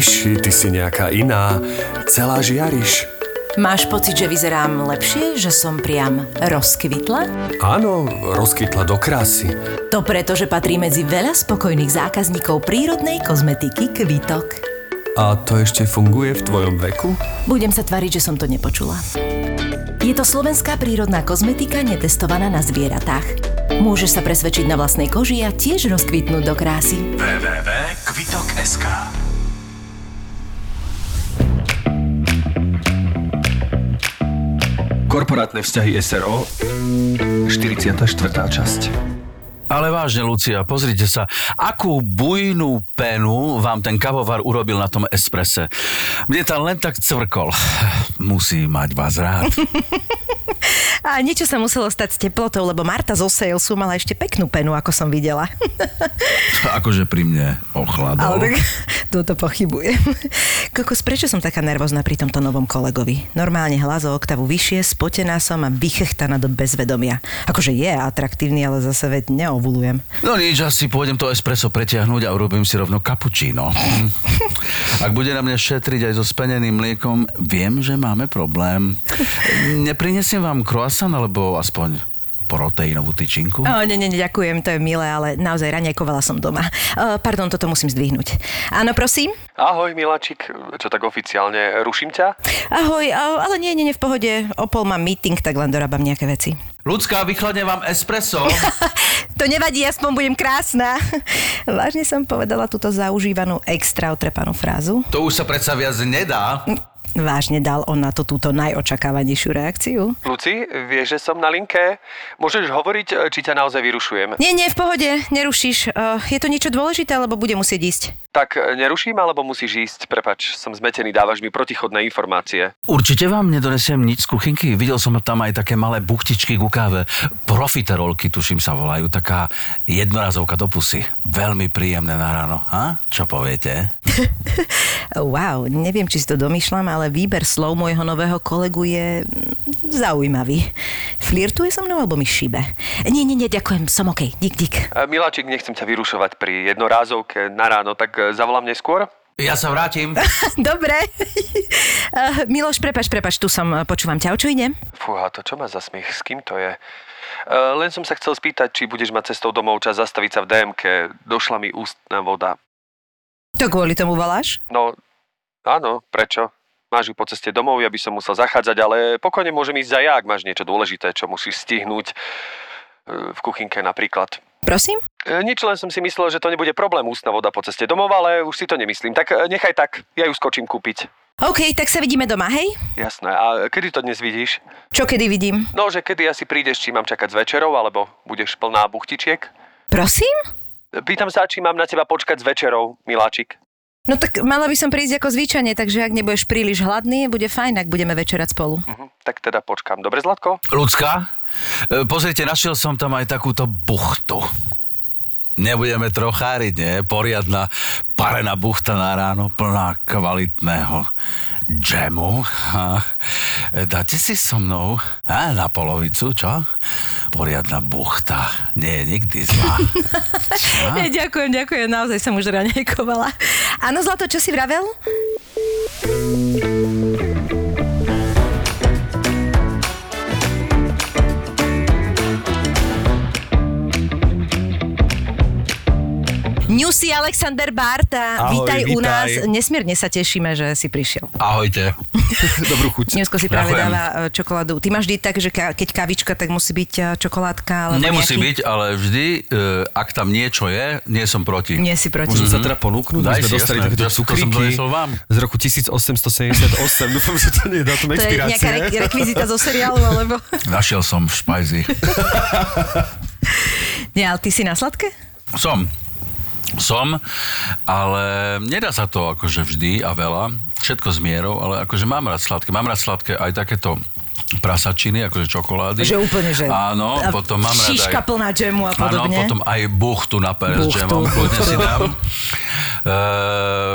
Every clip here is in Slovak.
Myši, ty si nejaká iná. Celá žiariš. Máš pocit, že vyzerám lepšie? Že som priam rozkvitla? Áno, rozkytla do krásy. To preto, že patrí medzi veľa spokojných zákazníkov prírodnej kozmetiky Kvitok. A to ešte funguje v tvojom veku? Budem sa tváriť, že som to nepočula. Je to slovenská prírodná kozmetika netestovaná na zvieratách. Môžeš sa presvedčiť na vlastnej koži a tiež rozkvitnúť do krásy. www.kvitok.sk. Korporátne vzťahy SRO 44. časť. Ale vážne, Lucia, pozrite sa, akú bujnú penu vám ten kavovar urobil na tom espresse. Mne tam len tak cvrkol. Musí mať vás rád. A niečo sa muselo stať s teplotou, lebo Marta zo Salesu mala ešte peknú penu, ako som videla. Akože pri mne ochladol. Ale tak toto pochybujem. Kokos, prečo som taká nervózna pri tomto novom kolegovi? Normálne hlas o oktavu vyššie, spotená som a vychechtaná do bezvedomia. Akože je atraktívny, ale zase veď neovulujem. No nič, asi pôjdem to espresso pretiahnuť a urobím si rovno cappuccino. Ak bude na mne šetriť aj so speneným mliekom, viem, že máme problém. Neprinesiem vám croissant, alebo aspoň proteínovú tyčinku? Nie, ďakujem, to je milé, ale naozaj raňajkovala som doma. Pardon, toto musím zdvihnúť. Áno, prosím? Ahoj, miláčik. Čo tak oficiálne, ruším ťa? Ahoj, ale nie, v pohode. O pol mám meeting, tak len dorábam nejaké veci. Ľudská, vychladne vám espresso. To nevadí, aspoň budem krásna. Vážne som povedala túto zaužívanú extra otrepanú frázu. To už sa predsa viac nedá. Vážne dal on na to túto najočakávanejšiu reakciu? Luci, vieš, že som na linke? Môžeš hovoriť, či ťa naozaj vyrušujem? Nie, v pohode, nerušíš. Je to niečo dôležité, alebo bude musieť ísť? Tak neruším, alebo musíš ísť? Prepač, som zmetený, dávaš mi protichodné informácie. Určite vám nedonesiem nič z kuchynky. Videl som tam aj také malé buchtičky ku káve. Profiterolky, tuším sa volajú. Taká jednorazovka do pusy. Veľmi príjemné na ráno. Čo poviete? Wow, neviem, či si to domýšľam, ale výber slov môjho nového kolegu je zaujímavý. Flirtuje so mnou, alebo mi šíbe? Nie, ďakujem, som okej. Dík. Miláčik, nechcem ťa vyrušovať pri jednorázovke na ráno, tak zavolám neskôr? Ja sa vrátim. Dobre. Miloš, prepač, tu som, počúvam ťa, o čo ide? Fúha, to čo má za smiech, s kým to je? Len som sa chcel spýtať, či budeš mať cestou domov čas zastaviť sa v DMke. Došla mi ústna voda. To kvôli tomu voláš? No, áno, prečo? Máš ju po ceste domov, ja by som musel zachádzať, ale pokojne môžem ísť aj ja, ak máš niečo dôležité, čo musíš stihnúť v kuchynke napríklad. Prosím? Nič, len som si myslel, že to nebude problém ústna voda po ceste domov, ale už si to nemyslím. Tak nechaj tak, ja ju skočím kúpiť. OK, tak sa vidíme doma, hej? Jasné, a kedy to dnes vidíš? Čo kedy vidím? No, že kedy asi prídeš, či mám čakať s večerou, alebo budeš plná buchtičiek? Prosím? Pýtam sa, či mám na teba počkať s večerou, miláčik. No tak mala by som prísť ako zvyčajne, takže ak nebudeš príliš hladný, bude fajn, ak budeme večerať spolu. Tak teda počkám. Dobre, Zlatko? Ľudská, pozrite, našiel som tam aj takúto buchtu. Nebudeme trocháriť, nie? Poriadna parená buchta na ráno, plná kvalitného džemu. Dáte si so mnou na polovicu, čo? Poriadna buchta. Nie je nikdy zlá. Ďakujem, naozaj som už raňajkovala. Áno, Zlato, čo si vravel? Newsy Alexander Barta, Ahoj, vítaj u nás. vítaj. Nesmierne sa tešíme, že si prišiel. Ahojte. Dobrú chuť. Newsko si práve Ďakujem. dáva čokoládu. Ty máš vždy tak, že keď kavička, tak musí byť čokoládka? Alebo Nemusí nejaký... byť, ale vždy, ak tam niečo je, nie som proti. Nie si proti. Môžem sa teda ponúknuť? Daj My sme si, dostali jasné. takéto To som cukríky donesol vám. z roku 1878. Dúfam, že to nie je dátum To je nejaká expirácie. rekvizita zo seriálu, alebo... Našiel som v špajzi. Nie, ale ty si na sladké? Som, ale nedá sa to akože vždy a veľa. Všetko s mierou, ale akože mám rád sladké. Mám rád sladké aj takéto prasačiny, akože čokolády. Že úplne, že... Áno, potom mám rád aj... Šiška plná džemu a podobne. Áno, potom aj buchtu na pere s Buchtu. džemom, kľudne si dám.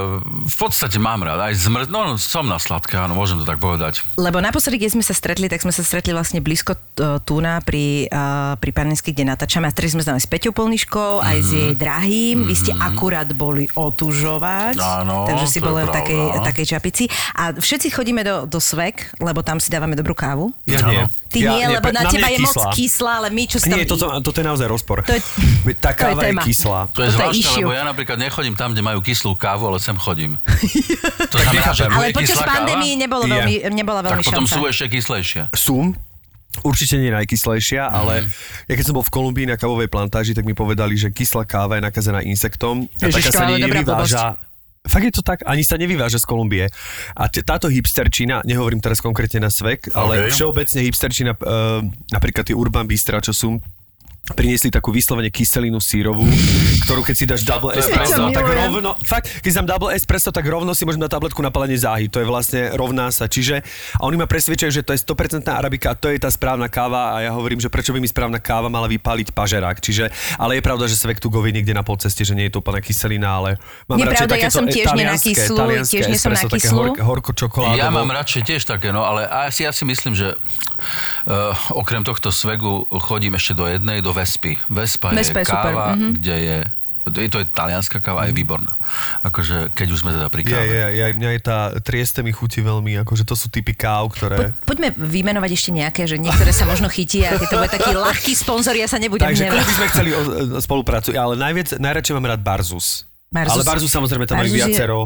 v podstate mám rád. Aj som na sladké, áno, môžem to tak povedať. Lebo naposledy, keď sme sa stretli, tak sme sa stretli vlastne blízko Túna pri Panensky, kde natáčame. A stretli sme sa aj s Peťou Polniškou, aj s jej drahým. Vy ste akurát boli otužovať. Áno, takže si to bol je len v takej čapici. A všetci chodíme do Svek, lebo tam si dávame dobrú kávu. Ja nie. Ty nie, lebo na teba je moc kyslá, ale my čo si tam... Nie, toto je naozaj rozpor. Tá káva je kyslá. To je zvláštne, lebo ja napríklad nechodím tam, kde majú kyslú kávu, ale sem chodím. To znamená, že ale počas pandémie nebola veľmi šanca. Tak potom sú ešte kyslejšie. Sú. Určite nie najkyslejšia, ale ja keď som bol v Kolumbii na kávovej plantáži, tak mi povedali, že kyslá káva je nakazená insektom. A taká sa nevyváža. Fakt je to tak, ani sa nevyváža z Kolumbie. A táto hipsterčina, nehovorím teraz konkrétne na Svek, ale všeobecne hipsterčina, napríklad tie Urban Bystra, čo sú, priniesli takú vyslovene kyselinu sírovú, ktorú keď si dáš double espresso, tak rovno, fakt, keď si dám double espresso, tak rovno si môžem dať tabletku na palenie záhy. To je vlastne rovná sa. Čiže, a oni ma presvedčajú, že to je 100% arabika a to je tá správna káva a ja hovorím, že prečo by mi správna káva mala vypáliť pažerák. Čiže, ale je pravda, že Svek tu govie niekde na polceste, že nie je to úplná kyselina, ale mám radšej takéto ja som tiež nie na kyslú, tiež nie som na kyslú. Horko čokoládovo. Ja mám radšej tiež také, no, ale ja si myslím, že okrem tohto Svegu chodím ešte do jednej, do Vespy. Vespa je káva, kde je... To je talianská káva, je výborná. Akože, keď už sme teda pri káve. Mňa je tá trieste mi chutí veľmi, akože to sú typy káv, ktoré... Poďme vymenovať ešte nejaké, že niektoré sa možno chytí a keď to bude taký ľahký sponzor, ja sa nebudem Takže hnevať. by sme chceli spoluprácu, ale najradšej mám rád Barzus. Ale Barzus samozrejme tam majú viacero.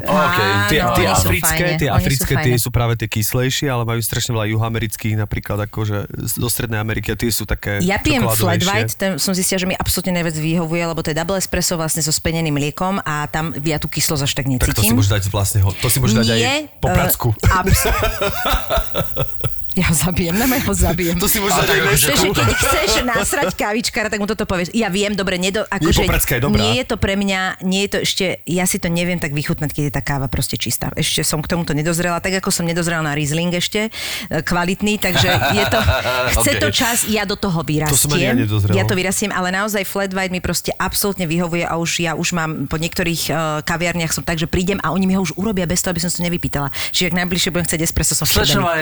Tie africké, tie sú práve tie kyslejšie, ale majú strašne veľa juhoamerických, napríklad akože do Strednej Ameriky a tie sú také Ja pijem flat white, ten som zistila, že mi absolútne najviac vyhovuje, lebo to je double espresso vlastne so speneným mliekom a tam ja tú kyslosť až tak necítim. Tak to si môžeš dať vlastne, to si môžeš dať aj po pracku. Ja ho zabijem, ho zabijem. To si môžeš dať aj keď chceš nasrať kávičkára, tak mu toto povieš. Ja viem, dobre, popracka je dobrá. Nie je to pre mňa, nie je to ešte, ja si to neviem tak vychutnať, keď je tá káva proste čistá. Ešte som k tomuto nedozrela, tak ako som nedozrela na Riesling ešte, kvalitný, takže je to, chce to čas, ja do toho vyrastiem. Ja to vyrastiem, ale naozaj flat white mi proste absolútne vyhovuje a ja už mám po niektorých kaviarniach som tak, že prídem a oni mi ho už urobia bez toho, aby som to nevypýtala. Čiže ak najbližšie budem chcieť espresso, som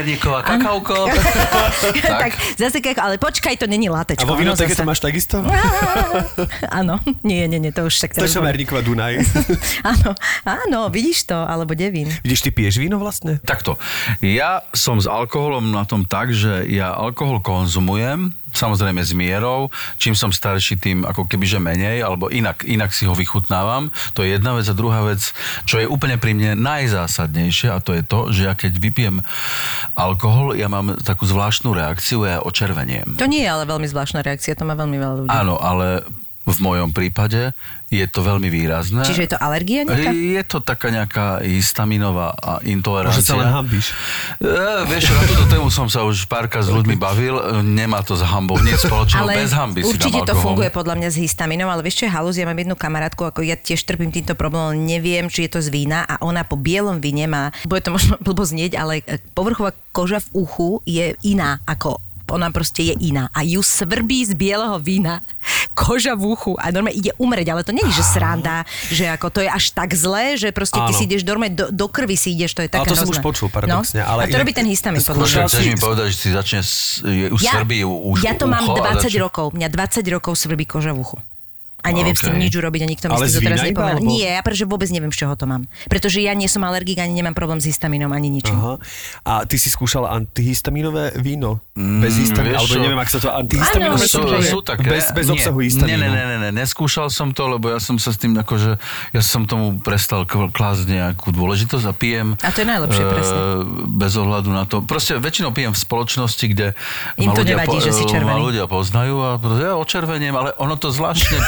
tak, zase ale počkaj, to není látečko. A vo vinoteke to máš takisto? Áno, nie, to už tak... To je Šamerníkova Dunaj. Áno, vidíš to, alebo Devín. Vidíš, ty piješ víno vlastne? Takto, ja som s alkoholom na tom tak, že ja alkohol konzumujem, samozrejme s mierou, čím som starší, tým ako kebyže menej, alebo inak si ho vychutnávam. To je jedna vec a druhá vec, čo je úplne pri mne najzásadnejšie a to je to, že ja keď vypijem alkohol, ja mám takú zvláštnu reakciu, ja očerveniem. To nie je ale veľmi zvláštna reakcia, to má veľmi veľa ľudí. Áno, ale v mojom prípade je to veľmi výrazné. Čiže je to alergia nejaká? Je to taká nejaká histaminová intolerancia. Možno sa len hanbíš. Vieš, na túto tému som sa už párkrát s ľuďmi bavil, nemá to s hanbou nič spoločného, bez hanby si dám alkohol. Určite to funguje podľa mňa s histaminou, ale vieš čo je halúz, ja mám jednu kamarátku, ako ja tiež trpím týmto problémom, neviem, či je to z vína a ona po bielom víne má, bude to možno blbo znieť, ale povrchová koža v uchu je iná ako ona proste je iná a ju svrbí z bieleho vína koža v uchu a normálne ide umrieť, ale to nie je, že sranda, že ako to je až tak zlé, že proste ty si ideš normálne do krvi si ideš, to je také hrozné. Ale to som už počul paradoxne. No? A to robí ten histamin. Chceš mi povedať, že si začne už svrbí ucho? Ja to mám 20 rokov, mňa 20 rokov svrbí koža v uchu. A neviem s tým nič urobiť a nikto mi si to teraz nepovedal. Nie, ja pretože vôbec neviem, z čoho to mám. Pretože ja nie som alergik, ani nemám problém s histaminom, ani ničím. Aha. A ty si skúšala antihistaminové víno? Bez histamínu, alebo neviem, ak sa to antihistaminové sú také. Bez obsahu histamínu. Nie, neskúšal som to, lebo ja som sa s tým akože, ja som tomu prestal klásť nejakú dôležitosť a pijem. A to je najlepšie, presne. Bez ohľadu na to. Proste väčšinou pijem v spoločnosti, kde im to nevadí, že si červený. Ľudia poznajú a ja očerveniem, ale ono to zvláštne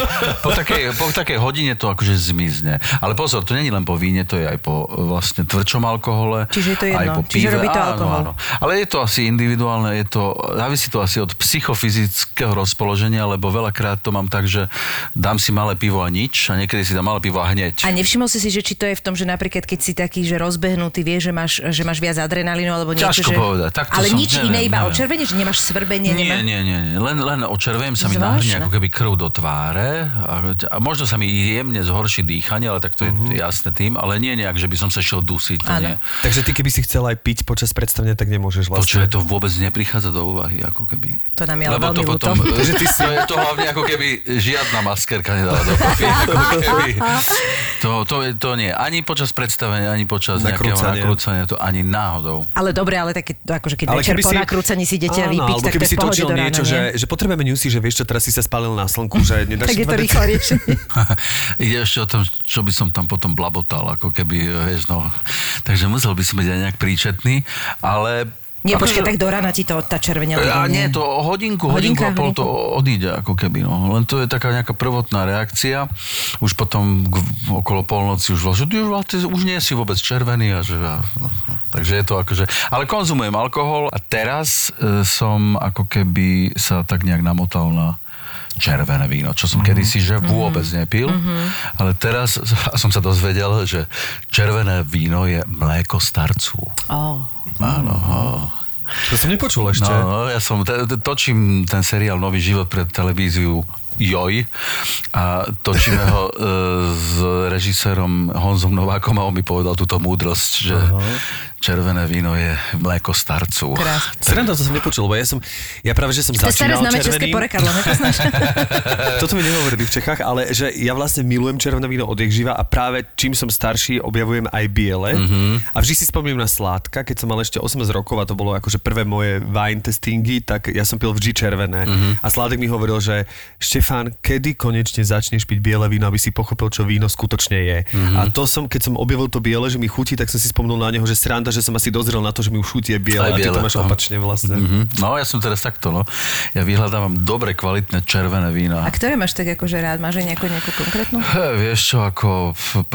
po takej hodine to akože zmizne. Ale pozor, to nie je len po víne, to je aj po vlastne tvrdšom alkohole. Čiže je to jedno. Aj po pive. Čiže robí to alkohol. Áno. Ale je to asi individuálne, závisí to asi od psychofyzického rozpoloženia, lebo veľakrát to mám tak, že dám si malé pivo a nič a niekedy si dám malé pivo a hneď. A nevšimol si, že či to je v tom, že napríklad keď si taký, že rozbehnutý, vieš, že máš viac adrenalínu alebo niečo, ťažko povedať. Ale nič iné, iba očervenie, že nemáš svrbenie, Nie. Len očervením sa mi nahrnie ako keby krv do tváre. tváre a možno sa mi jemne zhorší dýchanie, ale tak to je jasné tým, ale nie nejak, že by som sa šiel dusiť. To nie. Takže ty keby si chcel aj piť počas predstavenia, tak nemôžeš vlastne. To vôbec neprichádza do úvahy, ako keby. To nám je ale veľmi ľúto. To hlavne ako keby žiadna maskerka nedala do kopy. To nie. Ani počas predstavenia, ani počas nejakého nakrúcania, to ani náhodou. Ale dobre, ale také, akože keď večer po nakrúcaní si idete vypiť, tak to je v pohode do rána, niečo, že potrebujeme newsy, že vieš čo, teraz si sa spálil na slnku, že nedáš. Tak je to rýchle riešenie. Ide ešte o tom, čo by som tam potom blabotal, ako keby, vieš, no. Takže musel by som byť aj nejak príčetný, ale... Nie, počkaj, tak do rána ti to tá červenela. Nie, to hodinku a pol to odíde, ako keby, no. Len to je taká nejaká prvotná reakcia. Už potom okolo polnoci už už nie si vôbec červený a že... Takže je to akože... Ale konzumujem alkohol a teraz som ako keby sa tak nejak namotal na červené víno, čo som kedysi že vôbec nepil, ale teraz som sa dozvedel, že červené víno je mléko starcov. Áno. To som nepočul ešte. No, ja točím ten seriál Nový život pre televíziu Joj a točíme ho s režisérom Honzom Novákom a on mi povedal túto múdrosť, že červené víno je mléko starcu. Sranda, to som nepočul, lebo ja práve, že som začínal červeným. To je staré známe české porekadlo, nepoznáš? Toto mi nehovorili v Čechách, ale že ja vlastne milujem červené víno odjak živa a práve čím som starší, objavujem aj biele. A vždy si spomínam na sládka, keď som mal ešte 18 rokov a to bolo akože prvé moje wine testingy, tak ja som pil vždy červené. A sládek mi hovoril, že Štefán, kedy konečne začneš piť biele víno, aby si pochopil, čo víno skutočne je. A to som, keď som objavil to biele, že mi chutí, tak som si spomenul na neho, že sranda, že som asi dozrel na to, že mi už chutie biele a ty to máš opačne vlastne. No, ja som teraz takto, no. Ja vyhľadávam dobre kvalitné červené vína. A ktoré máš tak akože rád? Máš aj nejakú konkrétnu? Vieš čo, ako...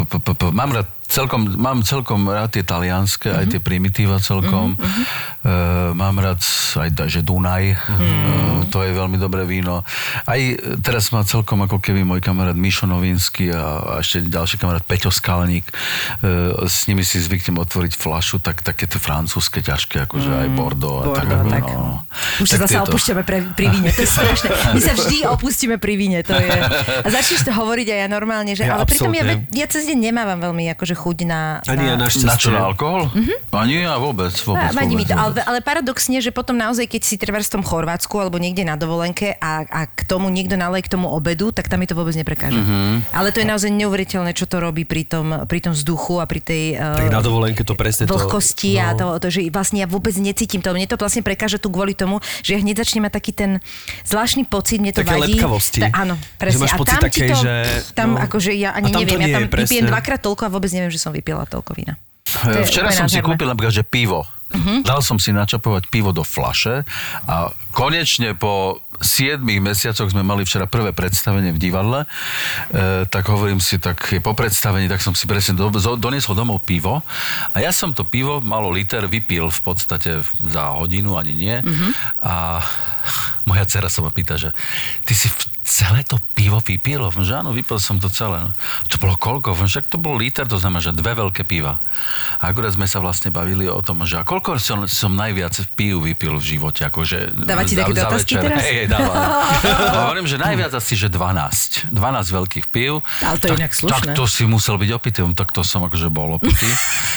Mám celkom rád tie talianske, aj tie primitíva celkom. Mám rád aj že Dunaj, to je veľmi dobré víno. Aj teraz má celkom ako keby môj kamarát Mišo Novinský a ešte ďalší kamarát Peťo Skalník. S nimi si zvyknem otvoriť fľašu, tak také tie francúzske ťažké, akože aj Bordeaux. Tak. No. Už sa zase opúšťame pri víne, to je strašné. My sa vždy opustíme pri víne, to je... A začneš to hovoriť aj ja normálne, že... Ale pritom ja cez deň nemávam veľmi akože chuť na... Ani ja našťastie. Na čo, na alkohol? Ani ja vôbec. Vadí mi to, ale paradoxne, že potom naozaj, keď si trváš v tom Chorvátsku alebo niekde na dovolenke a k tomu niekto nalej k tomu obedu, tak tam mi to vôbec neprekáže. Ale to je naozaj neuveriteľné, čo to robí pri tom vzduchu a pri tej tak na dovolenke to presne vlhkosti a to, že vlastne ja vôbec necítim to. Mne to vlastne prekáže tu kvôli tomu, že ja hneď začnem mať taký ten zvláštny pocit, mne to také vadí. Také lepkavosti. Áno, presne. Že máš pocit takej, že... Tam akože ja ani neviem, ja tam vypijem dvakrát toľko a vôbec neviem, že som vypila toľko vína. Včera som si kúpil napríklad, že pivo. Dal som si načapovať pivo do fľaše a konečne po 7 mesiacoch sme mali včera prvé predstavenie v divadle, tak hovorím si, tak po predstavení, tak som si presne doniesol domov pivo a ja som to pivo, malo liter, vypil v podstate za hodinu, ani nie. A moja dcera sa ma pýta, že ty si celé to pivo vypilo? Že áno, vypil som to celé. To bolo koľko? Však to bol liter, to znamená, že 2 veľké piva. A akurát sme sa vlastne bavili o tom, že a koľko som najviac pív vypil v živote? Akože dáva ti také otázky teraz? Hej, dáva. Hovorím, že najviac asi, že 12. 12 veľkých pív. Ale to je inak slušné. Tak to si musel byť opitý, tak to som akože bol opitý.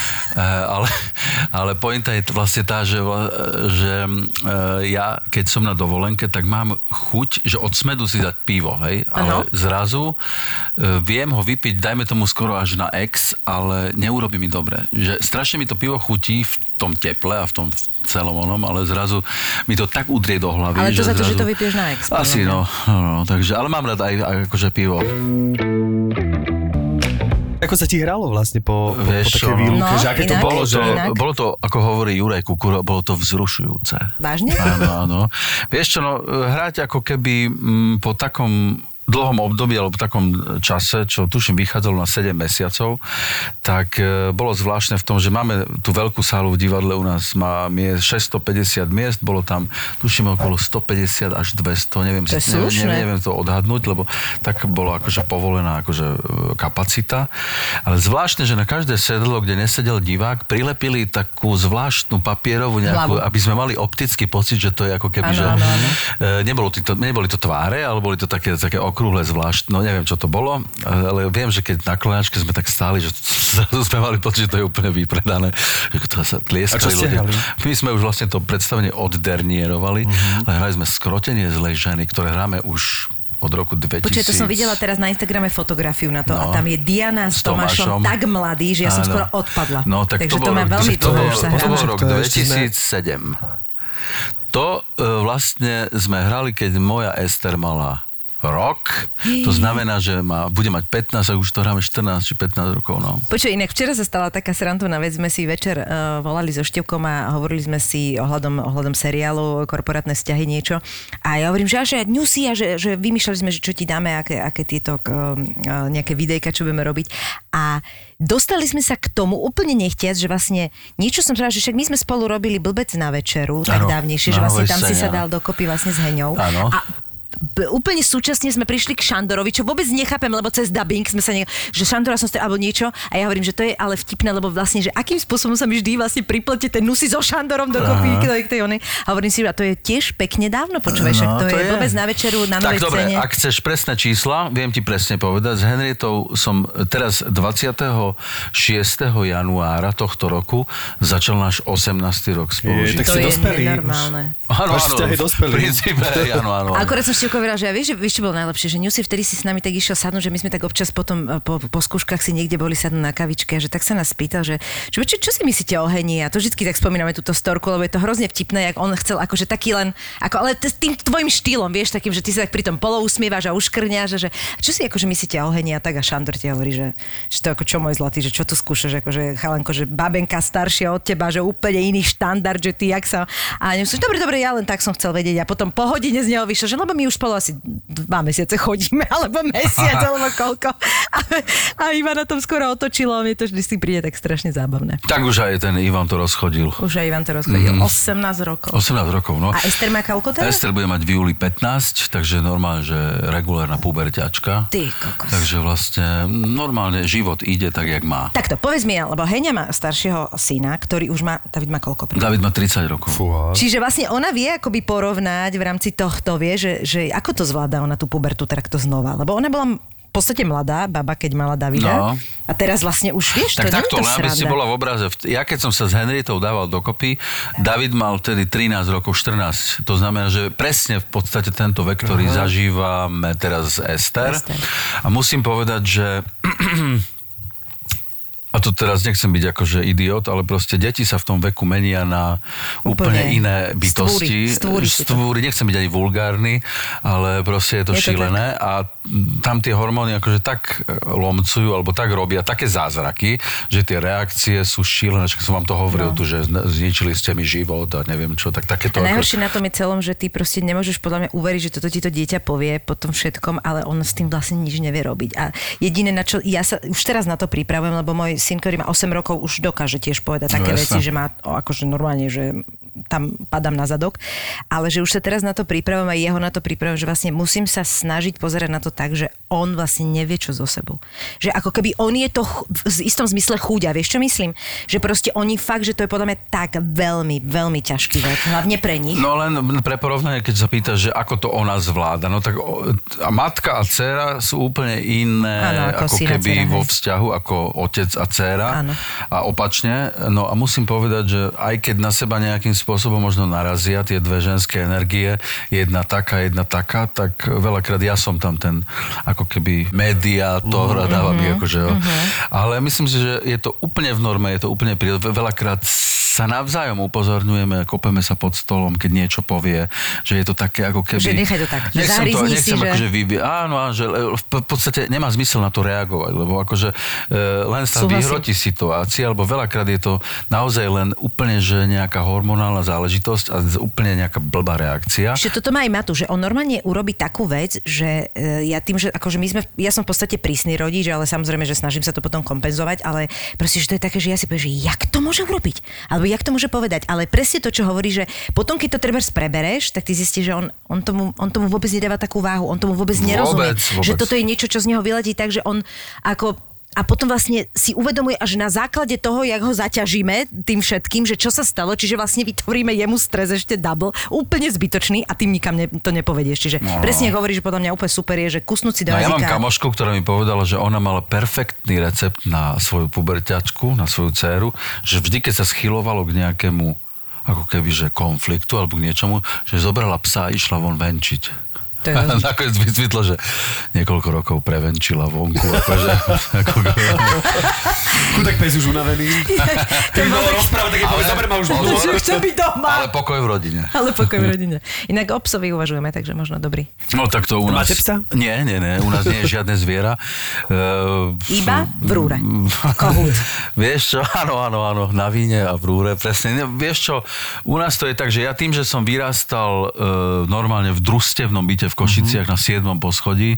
Ale pointa je vlastne tá, že ja, keď som na dovolenke, tak mám chuť, že od smedu si dať pivo, hej? Ale zrazu viem ho vypiť, dajme tomu skoro až na X, ale neurobí mi dobre. Že strašne mi to pivo chutí v tom teple a v tom celom onom, ale zrazu mi to tak udrie do hlavy. Ale to za to, zrazu... že to vypiješ na X. Asi, no, takže, ale mám rád aj akože pivo. Ako sa ti hralo vlastne po takej výluke? Že aké to bolo? Bolo to, ako hovorí Juraj Kukuro, bolo to vzrušujúce. Vážne? Áno. Vieš čo, hrať ako keby po takom dlhom období, alebo v takom čase, čo tuším vychádzalo na 7 mesiacov, tak bolo zvláštne v tom, že máme tú veľkú sálu v divadle u nás, má 650 miest, bolo tam, tuším, okolo 150 až 200, neviem to odhadnúť, lebo tak bolo akože povolená akože kapacita. Ale zvláštne, že na každé sedlo, kde nesedel divák, prilepili takú zvláštnu papierovú nejakú, aby sme mali optický pocit, že to je ako keby, že neboli to tváre, ale boli to také okrúhle zvlášť, no neviem, čo to bolo, ale viem, že keď na Klenačke sme tak stáli, že sme mali pocit, že to je úplne vypredané, že to sa tlieskali. A čo ste hrali? My sme už vlastne to predstavenie oddernierovali, ale hrali sme Skrotenie zlej ženy, ktoré hráme už od roku 2000. Počkaj, to som videla teraz na Instagrame fotografiu na to a tam je Diana s Tomášom tak mladý, že ja som skoro odpadla. No, tak takže to má veľmi dlho už sa hrá. To bol rok 2007. To vlastne sme hrali, keď moja Ester mala rok. To znamená, že bude mať 15 a už to hráme 14 či 15 rokov. No. Počuj, inak včera sa stala taká srandovná vec. Sme si večer volali so Števkom a hovorili sme si ohľadom seriálu Korporátne vzťahy niečo. A ja hovorím, že newsy a že vymýšľali sme, že čo ti dáme, aké tieto nejaké videjka, čo budeme robiť. A dostali sme sa k tomu úplne nechtiac, že vlastne niečo som povedala, že však my sme spolu robili Blbec na večeru, tak dávnejšie, že vlastne tam si sa dal dokopy vlastne s Heňou. Áno. A úplne súčasne sme prišli k Šandorovi, čo vôbec nechápem, lebo cez dubbing sme sa že Šandora som alebo niečo a ja hovorím, že to je ale vtipné, lebo vlastne, že akým spôsobom sa mi vždy vlastne priplete ten Nusy so Šandorom dokopy k tej onej. A hovorím si, a to je tiež pekne dávno, počúvaj, však to je Blbec na večeru na novej tak, scéne. Tak dobre, ak chceš presné čísla, viem ti presne povedať, s Henrietou som teraz 26. januára tohto roku začal náš 18. rok spolužitia. Tak si dospelí. Nenormálne. Áno, dospelí. V princípe, áno. Akorát som Števko povedala, že ja vieš, čo bolo najlepšie, že Newsy vtedy si s nami tak išiel sadnúť, že my sme tak občas potom po skúškach si niekde boli sadnúť na kavičke a že tak sa nás pýtal, že čo si myslíte o Heni? A to vždycky tak spomíname túto storku, lebo je to hrozne vtipné, jak on chcel akože taký len, ale tým tvojim štýlom, vieš, takým, že ty sa tak pri tom polousmievaš a uškrňaš, že čo si akože myslíte o Heni? A tak a Šandor ti hovorí, že to ako čo môj zlatý, že čo tu skúšaš, akože chalanko, že babenka staršia od teba, že úplne iný štandard, že ty jak sa a dobre, ja len tak som chcel vedieť a potom po hodine z neho vyšiel, že lebo my už spolu asi 2 mesiace chodíme, alebo mesiac, alebo koľko. A Ivan na tom skoro otočilo a mne to vždy si príde tak strašne zábavné. Tak už aj ten Ivan to rozchodil. 18 rokov. 18 rokov, no. A Ester má koľko teraz? Ester bude mať v júli 15, takže normálne, že regulárna puberťačka. Ty kokos. Takže vlastne normálne život ide tak, jak má. Takto, povedz mi, lebo Heňa má staršieho syna, ktorý už má, David má koľko? David má 30 rokov. Fúha. Čiže vlastne ona vie akoby porovnať v rámci tohto, vie, že ako to zvláda ona tú pubertu takto znova, lebo ona bola v podstate mladá baba, keď mala Davida. No. A teraz vlastne už vieš, tak to nie je to len aby si bola v obraze. Ja keď som sa s Henrietou dával dokopy, David mal vtedy 13 rokov, 14. To znamená, že presne v podstate tento vek, ktorý zažívame teraz z Ester. A musím povedať, že a to teraz nechcem byť akože idiot, ale proste deti sa v tom veku menia na úplne iné bytosti. Stvúry, nechcem byť ani vulgárny, ale proste je to šílené a tam tie hormóny akože tak lomcujú, alebo tak robia také zázraky, že tie reakcie sú šílené, že som vám to hovoril tu, že zničili ste mi život a neviem čo, tak takéto. A najhoršie na tom je celom, že ty proste nemôžeš podľa mňa uveriť, že toto ti to dieťa povie po tom všetkom, ale on s tým vlastne nič nevie robiť. A jediné, na čo ja sa už teraz na to pripravujem, lebo môj syn, ktorý má 8 rokov, už dokáže tiež povedať také veci, že má akože normálne, že tam padám na zadok, ale že už sa teraz na to pripravujem a jeho na to pripravujem, že vlastne musím sa snažiť pozerať na to tak, že on vlastne nevie, čo so sebou. Že ako keby on je to v istom zmysle chúďa, vieš, čo myslím? Že proste oni fakt, že to je podľa mňa tak veľmi, veľmi ťažký vek, hlavne pre nich. No len pre porovnanie, keď sa pýtaš, že ako to ona zvláda, no tak a matka a dcéra sú úplne iné, ako keby vo vzťahu, ako otec a dcéra. Áno. A opačne. No a musím povedať, že aj keď na seba nejakým spôsobom možno narazia tie dve ženské energie, jedna taká, tak veľakrát ja som tam ten ako keby mediátor a dáva mi akože... Ale myslím si, že je to úplne v norme, je to úplne prírodné. Veľakrát sa navzájom upozorňujeme, kopeme sa pod stolom, keď niečo povie, že je to také ako keby... Že nechaj to tak, že zahryzni si, že... Akože áno, že v podstate nemá zmysel na to reagovať, lebo akože len sa vyhrotí situácia, alebo veľakrát je to naozaj len úplne, že nejaká hormonálna záležitosť a úplne nejaká blbá reakcia. Ešte toto má aj Matu, že on normálne urobí takú vec, že ja tým, že akože ja som v podstate prísny rodič, ale samozrejme, že snažím sa to potom kompenzovať, ale proste, že to je také, že ja si poviem, že jak to môže urobiť? Alebo jak to môže povedať? Ale presne to, čo hovorí, že potom, keď to trebárs prebereš, tak ty zistíš, že on tomu vôbec nedáva takú váhu, on tomu vôbec nerozumie. Vôbec. Že toto je niečo, čo z neho vyletí, takže on ako a potom vlastne si uvedomuje až na základe toho, jak ho zaťažíme tým všetkým, že čo sa stalo, čiže vlastne vytvoríme jemu stres ešte double, úplne zbytočný a tým nikam to nepovedieš. Čiže presne ako hovoríš, že podľa mňa úplne super je, že kusnúť si do jazyka. Ja mám kamošku, ktorá mi povedala, že ona mala perfektný recept na svoju puberťačku, na svoju dcéru, že vždy, keď sa schylovalo k nejakému ako keby, že konfliktu alebo k niečomu, že zobrala psa a išla von venčiť. Nakoniec vysvetlo, že niekoľko rokov prevenčila vonku. Chudák pes už unavený. Keď bol rozprávať, tak je povedal, dobre, ma už že chce byť doma. Ale pokoj v rodine. Inak o psovi uvažujeme, takže možno dobrý. No tak to u nás... Máte psa? Nie. U nás nie je žiadne zviera. Iba v rúre. Kohút. Vieš čo? Áno, na víne a v rúre, presne. Vieš čo? U nás to je tak, že ja tým, že som vyrastal normálne v družstevnom byte v Košiciach na 7. poschodí.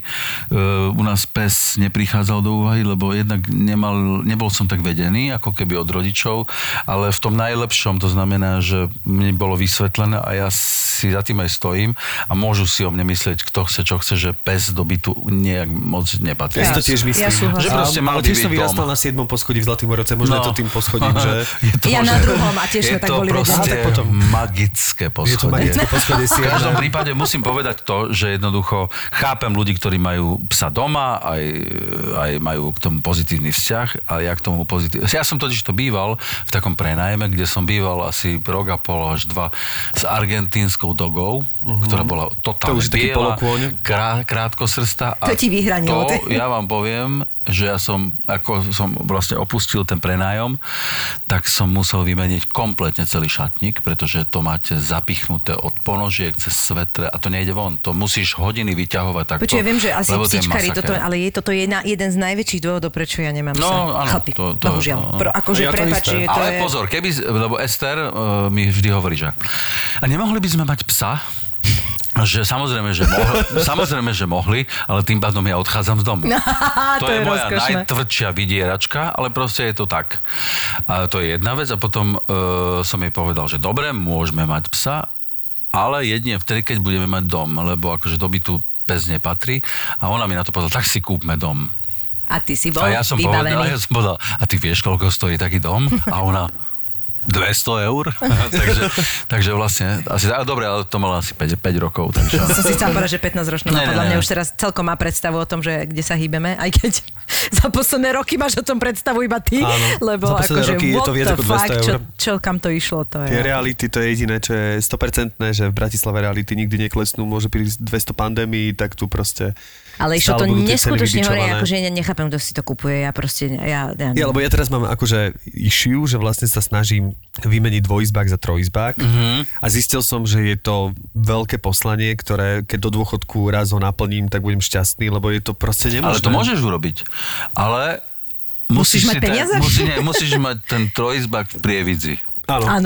U nás pes neprichádzal do úvahy, lebo jednak nebol som tak vedený, ako keby od rodičov, ale v tom najlepšom, to znamená, že mne bolo vysvetlené a ja si za tým aj stojím a môžu si o mne myslieť, kto chce, čo chce, že pes do bytu nejak moc nepatrí. Ja to tiež myslím. Že proste mal tiež som byť vyrastal na 7. poschodí v Zlatýmoroce, možno je to tým poschodím, že... Ja na druhom a tiež sme tak boli vedení. Je to proste magické poschodie. Je to magické poschodie. V každom prípade musím povedať to, že jednoducho chápem ľudí, ktorí majú psa doma, aj majú k tomu pozitívny vzťah, ale ja k tomu pozitívny... Ja som totiž to býval v takom prenájme, kde som býval asi rok a pol až 2 s argentínskou dogou, ktorá bola totálne biela, krátkosrstá. To ti vyhranilo. Ja vám poviem, že ja som vlastne opustil ten prenájom, tak som musel vymeniť kompletne celý šatník, pretože to máte zapichnuté od ponožiek cez svetre a to nejde von. To musíš hodiny vyťahovať takto. Počuť, ja viem, že asi psíčkari toto, ale toto je jeden z najväčších dôvodov, prečo ja nemám psa. No, áno. Bohužiaľ. Akože prepáči. Ale pozor, lebo Ester mi vždy hovorí, že a nemohli by sme mať psa? Že samozrejme, že mohli, ale tým pádom ja odchádzam z domu. To je moja najtvrdšia vydieračka, ale proste je to tak. A to je jedna vec a potom som jej povedal, že dobre, môžeme mať psa, ale jedine vtedy, keď budeme mať dom, lebo akože do bytu pes nepatrí a ona mi na to povedala, tak si kúpme dom. A ty si bol vybavený. Ja som povedal, a ty vieš, koľko stojí taký dom? A ona... 200 eur. takže vlastne, asi, dobre, ale to malo asi 5 rokov. Takže... Som si chcela povedať, že 15-ročná. Podľa mňa už teraz celkom má predstavu o tom, že kde sa hýbeme, aj keď za posledné roky máš o tom predstavu iba ty. Áno, lebo za posledné roky je to viac ako 200 eur. Čo kam to išlo, to je. Tie reality, to je jediné, čo je 100%, že v Bratislave reality nikdy neklesnú, môže prísť 200 pandémií, tak tu proste... Ale išlo to neskutočne hore, akože ja nechápem, kto si to kupuje, ja proste... Ja, lebo ja teraz mám akože issue, že vlastne sa snažím vymeniť dvojizbák za trojizbák a zistil som, že je to veľké poslanie, ktoré keď do dôchodku raz ho naplním, tak budem šťastný, lebo je to proste nemožné. Ale to môžeš urobiť. Ale musíš mať peniaze? Musíš mať ten trojizbák v Prievidzi. Áno.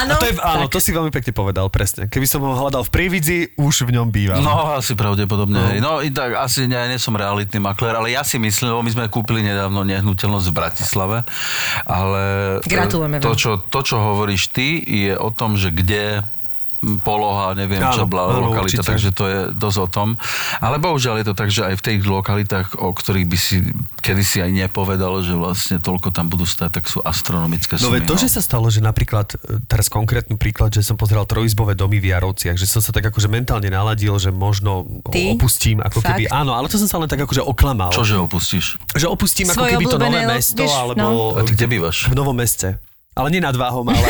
To si veľmi pekne povedal, presne. Keby som ho hľadal v Prievidzi, už v ňom býval. No, asi pravdepodobne. No i tak, asi ja nie som realitný maklér, ale ja si myslím, lebo my sme kúpili nedávno nehnuteľnosť v Bratislave, ale gratulujeme to, čo hovoríš ty, je o tom, že kde poloha, neviem čo, lokalita, určite. Takže to je dosť o tom. Ale bohužiaľ je to tak, že aj v tých lokalitách, o ktorých by si kedysi aj nepovedal, že vlastne toľko tam budú stať, tak sú astronomické sumy. No to, že sa stalo, že napríklad, teraz konkrétny príklad, že som pozeral trojizbové domy v Jarovciach, že som sa tak akože mentálne naladil, že možno opustím, ako keby, áno, ale to som sa len tak akože oklamal. Čože opustíš? Že opustím ako keby to nové mesto, alebo... A ty kde bývaš? V Novom Meste. Ale nie nad Váhom, ale...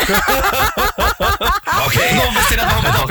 Okay. No, ste nad Váhom,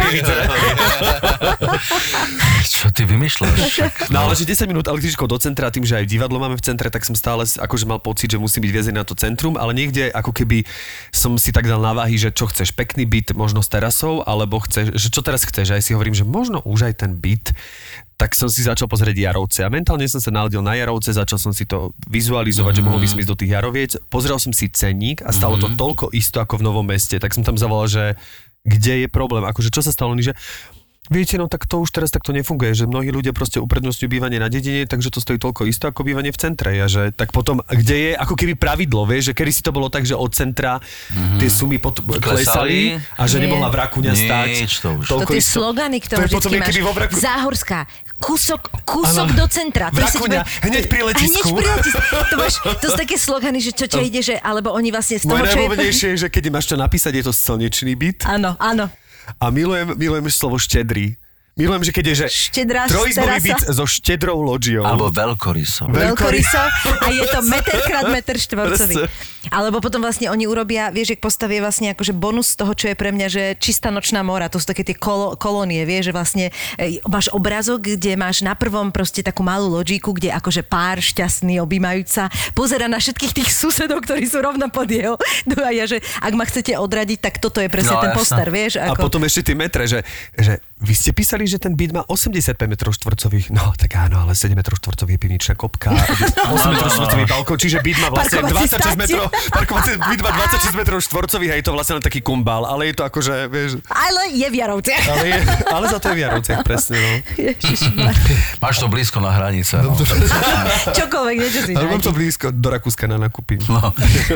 Čo ty vymýšľaš? No ale že 10 minút električkou do centra, tým, že aj divadlo máme v centre, tak som stále akože mal pocit, že musím byť viezený na to centrum, ale niekde ako keby som si tak dal na váhy, že čo chceš, pekný byt, možno s terasou, alebo chceš, že čo teraz chceš, aj si hovorím, že možno už aj ten byt, tak som si začal pozrieť Jarovce a mentálne som sa naladil na Jarovce, začal som si to vizualizovať, že mohol by som ísť do tých Jaroviec, pozrel som si cenník a stalo to toľko isto ako v Novom Meste, tak som tam zavolal, že kde je problém, akože čo sa stalo, že Viete, no tak to už teraz takto nefunguje, že mnohí ľudia proste uprednostňujú bývanie na dedine, takže to stojí toľko isto ako bývanie v centre. A že tak potom, kde je ako keby pravidlo, vieš, že kedy si to bolo tak, že od centra tie sumy klesali a že nemohla Vrakuňa stať. To tie slogany, ktoré vždycky máš. Záhorská, kúsok do centra. Vrakuňa, hneď pri letisku. To sú také slogany, že čo ťa ide, že alebo oni vlastne z toho, čo je... Najobľúbenejšie je, že keď máš čo napísať, je to slnečný byt. Áno. A milujem slovo štedrý. Milujem, že keď je, že trojizbový byt so štedrou loďiou. Alebo veľkoryso. A je to meter krát meter štvorcový. Alebo potom vlastne oni urobia, vieš, že postavie vlastne akože bonus z toho, čo je pre mňa, že čistá nočná mora. To sú také tie kolónie, vieš, že vlastne máš obrazok, kde máš na prvom proste takú malú loďíku, kde akože pár šťastný objímajúca pozera na všetkých tých susedov, ktorí sú rovno pod jeho. A ja, že ak ma chcete odradiť, tak toto je presne ten poster, vieš. Ako... A potom ešte tie metre, že vy ste písali, že ten byt má 85 metrov štvorcových. No, tak áno, ale 7 metrov štvorcových je pivničná kopka. 8 metrov štvorcových balkón, čiže byt má vlastne 26 metrov. Parkovací byt má 26 metrov štvorcových a je to vlastne len taký kumbál, ale je to akože, vieš... Ale je v Jarovciach. Ale za to je v Jarovciach, presne, no. Máš to blízko na hranice, no. Čokoľvek, niečo si nájdi. Mám to blízko, do Rakúska na nakupy. No.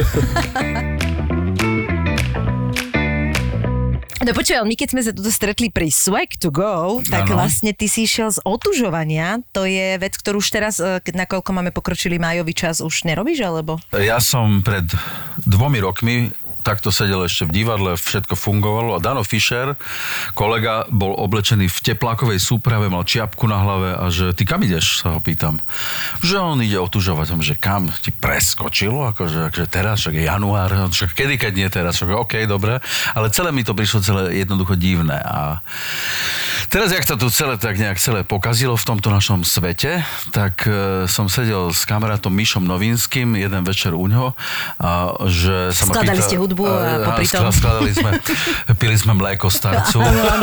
No počúvaj, my keď sme sa tuto stretli pri Swag to Go, tak vlastne ty si išiel z otužovania. To je vec, ktorú už teraz, nakoľko máme pokročilý májový čas, už nerobíš, alebo? Ja som pred 2 rokmi takto sedel ešte v divadle, všetko fungovalo a Dano Fischer, kolega, bol oblečený v teplákovej súprave, mal čiapku na hlave a že ty kam ideš, sa ho pýtam. Že on ide otužovať, že kam ti preskočilo, akože teraz, však je január, však kedy, keď nie teraz, však okej, dobre, ale celé mi to prišlo celé jednoducho divné a teraz, jak sa tu celé pokazilo v tomto našom svete, tak som sedel s kamarátom Mišom Novinským jeden večer u ňoho a že sa ma pýta... Skladali ste hudbu a popri tom... Pili sme mléko starcu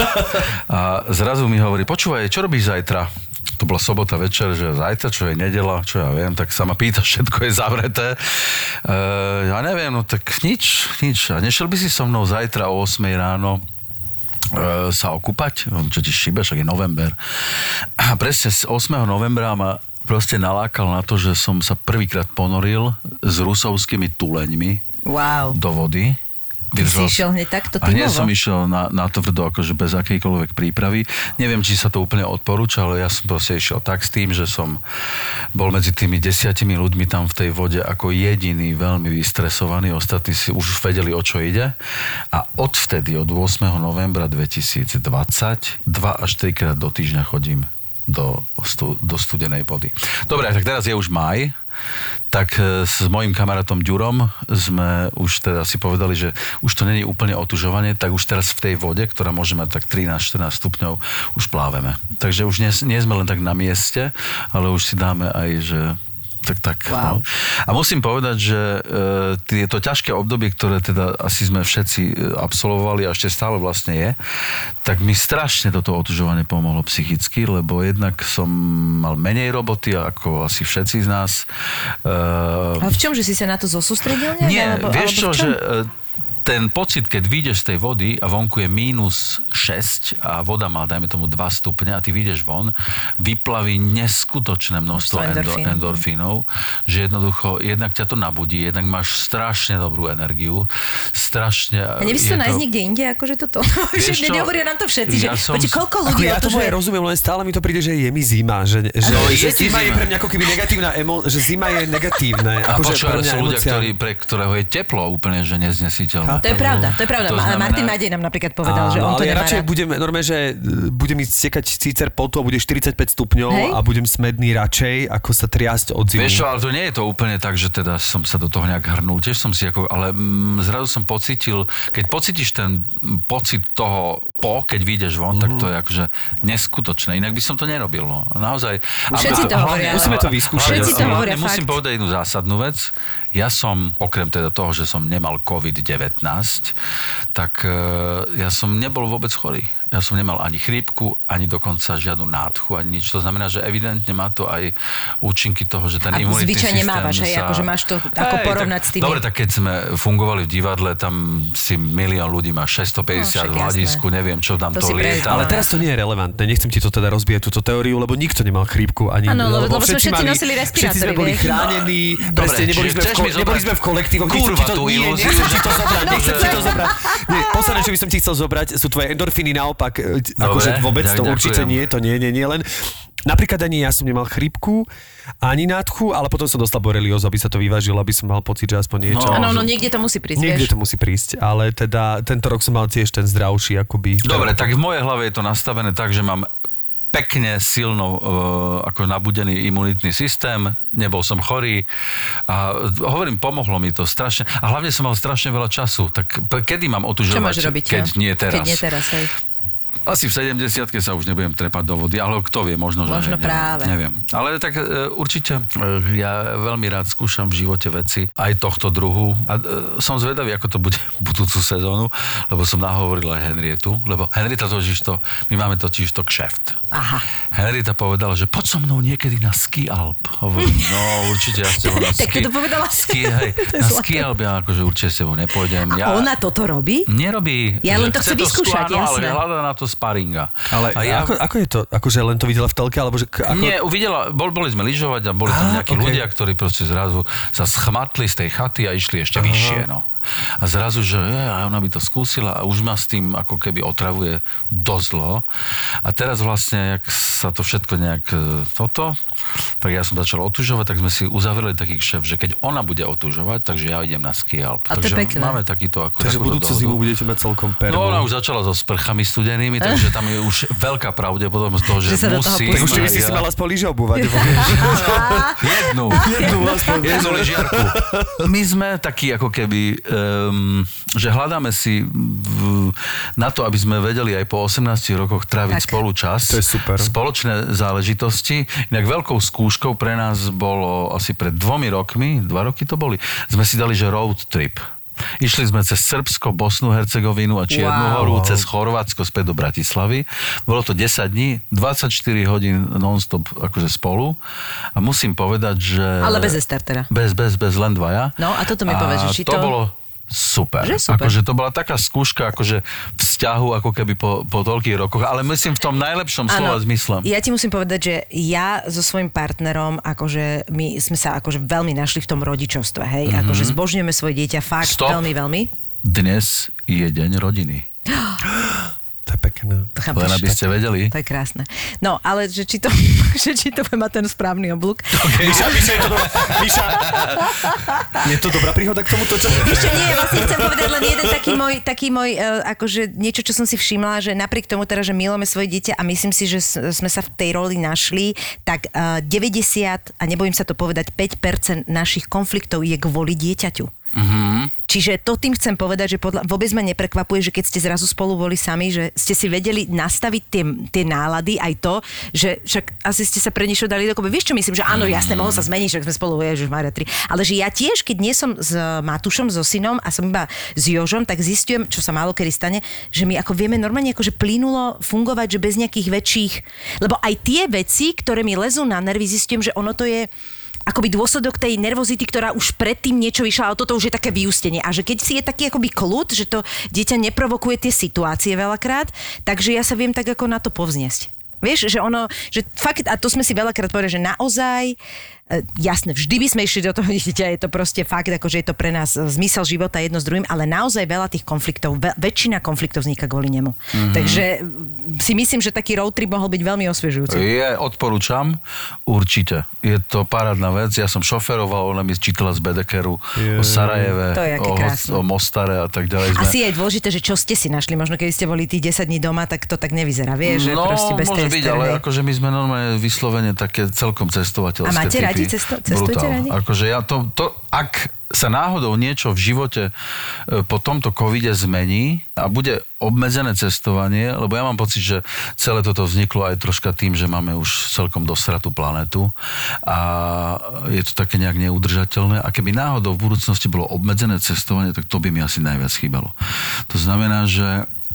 a zrazu mi hovorí, počúvaj, čo robíš zajtra? To bola sobota večer, že zajtra, čo je nedeľa, čo ja viem, tak sa ma pýta, všetko je zavreté. Ja neviem, no tak nič. A nešiel by si so mnou zajtra o 8 ráno sa okúpať? Čo ti šíbe, však je november. A presne z 8. novembra ma proste nalákal na to, že som sa prvýkrát ponoril s rusovskými tuleňmi do vody. Ty si išiel hneď takto tímovo? A hneď som išiel na tvrdo, akože bez akejkoľvek prípravy. Neviem, či sa to úplne odporúča, ale ja som proste išiel tak s tým, že som bol medzi tými 10 ľuďmi tam v tej vode ako jediný veľmi vystresovaný. Ostatní si už vedeli, o čo ide. A odvtedy, od 8. novembra 2020, 2 až 3 krát do týždňa chodím do studenej vody. Dobre, tak teraz je už máj, tak s mojím kamarátom Ďurom sme už teda si povedali, že už to nie je úplne otužovanie, tak už teraz v tej vode, ktorá môže mať tak 13-14 stupňov, už pláveme. Takže už nie sme len tak na mieste, ale už si dáme aj, že tak. Wow. No. A musím povedať, že to ťažké obdobie, ktoré teda asi sme všetci absolvovali a ešte stále vlastne je, tak mi strašne toto otužovanie pomohlo psychicky, lebo jednak som mal menej roboty ako asi všetci z nás. A v čom, že si sa na to zosústredil? Nie, vieš čo, že ten pocit, keď vyjdeš z tej vody a vonku je -6 a voda má, dajme tomu 2 stupne a ty vyjdeš von, vyplaví neskutočné množstvo endorfínov, že jednoducho, jednak ťa to nabudí, jednak máš strašne dobrú energiu, strašne... A nevíš to nájsť niekde inde, akože toto? Nehovoria nám to všetci, že koľko ľudí ja tomu aj rozumiem, len stále mi to príde, že je mi zima, že zima je pre mňa ako keby negatívna že zima je negatívne. A počúva, sú ľudia, pre ktorého je teplo úplne, že neznesiteľné. To je pravda. A Martin Madej nám napríklad povedal, že on to nemá rád. Budem mi stiekať cícer potu a bude 45 stupňov a budem smedný radšej, ako sa triasť od zimu. Vieš čo, ale to nie je to úplne tak, že teda som sa do toho nejak hrnul. Tiež som si ale zrazu som pocítil, keď pocítiš ten pocit toho keď vyjdeš von, tak to je akože neskutočné. Inak by som to nerobil. No. Naozaj. Všetci to hovoria. Musíme to vyskúšať. Všetci to hovoria, fakt. Musím povedať jednu zásadnú vec. Ja som, okrem teda toho, že som nemal COVID-19, tak ja som nebol vôbec chorý. Ja som nemal ani chrípku, ani dokonca žiadnu nádchu, ani nič. To znamená, že evidentne má to aj účinky toho, že ten imunitný systém mávaš, hej, akože máš to ako porovnať s tým. Dobre, tak keď sme fungovali v divadle, tam si 1 milión ľudí má 650 v hľadisku, neviem, čo tam to lieta. Ale teraz to nie je relevantné. Nechcem ti to teda rozbieť, túto teóriu, lebo nikto nemal chrípku. Ani, lebo sme všetci nosili respirátory. Všetci sme boli chránení. Dobre, neboli sme v kolektívoch. Kurva tú ilúziu. Nechcem ti to zobrať. Posledné, čo by som ti chcel zobrať, sú tvoje endorfíny naopak. Akože vôbec to určite nie, to nie, len napríklad ani ja som nemal chrípku, ani nádchu, ale potom som dostal boreliózu, aby sa to vyvážilo, aby som mal pocit, že aspoň niečo. No, niekde to musí prísť, Niekde to musí prísť, ale teda tento rok som mal tiež ten zdravší, akoby. Dobre, tak v mojej hlave je to nastavené tak, že mám pekne silno ako nabudený imunitný systém, nebol som chorý a hovorím, pomohlo mi to strašne a hlavne som mal strašne veľa času, tak kedy mám otužovať? Čo máš robiť? Keď nie teraz. Keď nie teraz, hej. Asi v 70-ke sa už nebudem trepať do vody, ale kto vie, možno práve. Neviem. Ale tak určite ja veľmi rád skúšam v živote veci aj tohto druhu a som zvedavý, ako to bude budúcu sezónu, lebo som nahovoril aj Henrietu, lebo Henrieta my máme totiž to kšeft. Aha. Henrieta povedala, že poď so mnou niekedy na Ski Alp. Hovorím, no určite ja s tebou na Tak to povedala na Ski Alp ja akože určite s tebou nepôjdem. A ona toto robí? Nerobí. Ja len to chce vyskúšať, jasné. Ale hľadá na to sparinga. Ale ako je to? Akože len to videla v telke? Alebo že Nie, uvidela, boli sme lyžovať a boli tam nejakí ľudia, ktorí proste zrazu sa schmatli z tej chaty a išli ešte vyššie, no. A zrazu, že ona by to skúsila a už ma s tým ako keby otravuje dosť dlho. A teraz vlastne, jak sa to všetko nejak tak ja som začal otužovať, tak sme si uzavreli taký kšeft, že keď ona bude otužovať, takže ja idem na Ski Alp. A to je pekné. Máme takýto ako Takže budúcu zimu budete mať celkom permu. No ona už začala so sprchami studenými, takže tam je už veľká pravdepodobnosť toho, že musí... Tak už ty by si mala aspoň lyže obúvať. Jednu lyžiarku. My sme takí ako keby, že hľadáme si na to, aby sme vedeli aj po 18 rokoch tráviť spolu čas. To je super. Spoločné záležitosti. Inak veľkou skúškou pre nás bolo asi pred 2 rokmi, 2 roky to boli, sme si dali, že road trip. Išli sme cez Srbsko, Bosnu, Hercegovinu a Čiernu Horu, cez Chorvátsko späť do Bratislavy. Bolo to 10 dní, 24 hodín non-stop akože spolu. A musím povedať, že... Ale bez Ester teda. Bez, len dvaja. No a toto mi povedz, že či to bolo super. Akože to bola taká skúška akože vzťahu ako keby po toľkých rokoch, ale myslím v tom najlepšom slova zmysle. Ja ti musím povedať, že ja so svojím partnerom, akože my sme sa akože veľmi našli v tom rodičovstve, hej? Akože zbožňujeme svoje dieťa fakt veľmi, veľmi. Dnes je deň rodiny. To je pekné. Len aby ste vedeli. To je krásne. No, ale že či to bude mať ten správny oblúk. Okay. Míša, je to dobrá príhoda k tomuto? Ešte nie, vlastne chcem povedať len jeden taký môj akože niečo, čo som si všimla, že napriek tomu teda, že milujeme svoje dieťa a myslím si, že sme sa v tej roli našli, tak 90, a nebojím sa to povedať, 5% našich konfliktov je kvôli dieťaťu. Čiže to tým chcem povedať, že vôbec ma neprekvapuje, že keď ste zrazu spolu boli sami, že ste si vedeli nastaviť tie nálady, aj to, že však asi ste sa pre niečo dali dokopy. Vieš čo myslím, že áno, jasné, mohol sa zmeniť, že sme spolu, Ježišmária 3. Ale že ja tiež, keď nie som s Matúšom, so synom a som iba s Jožom, tak zistujem, čo sa málo kedy stane, že my ako vieme normálne akože plynulo fungovať, že bez nejakých väčších, lebo aj tie veci, ktoré mi lezú na nervy, zistujem, že ono to je akoby dôsledok tej nervozity, ktorá už predtým niečo vyšla, ale toto už je také vyústenie. A že keď si je taký akoby kľud, že to dieťa neprovokuje tie situácie veľakrát, takže ja sa viem tak ako na to povzniesť. Vieš, že ono, že fakt, a to sme si veľakrát povedali, že naozaj, jasné, vždy by sme išli do toho dieťa, je to proste fakt, akože je to pre nás zmysel života jedno s druhým, ale naozaj veľa tých konfliktov, väčšina konfliktov vzniká kvôli nemu. Takže si myslím, že taký road trip mohol byť veľmi osviežujúci. Odporúčam, určite. Je to parádna vec. Ja som šoferoval, ona mi čítala z Bedekeru o Sarajeve, o Mostare a tak ďalej. Asi je dôležité, že čo ste si našli. Možno keby ste boli tých 10 dní doma, tak to tak nevyzerá. Vieš, že proste bez tej byť, ale akože my sme normálne vyslovene také celkom cestovateľské typy. A máte radi cestujete radi? Akože ja ak sa náhodou niečo v živote po tomto covide zmení a bude obmedzené cestovanie, lebo ja mám pocit, že celé toto vzniklo aj troška tým, že máme už celkom dosratú planetu a je to také nejak neudržateľné a keby náhodou v budúcnosti bolo obmedzené cestovanie, tak to by mi asi najviac chýbalo. To znamená, že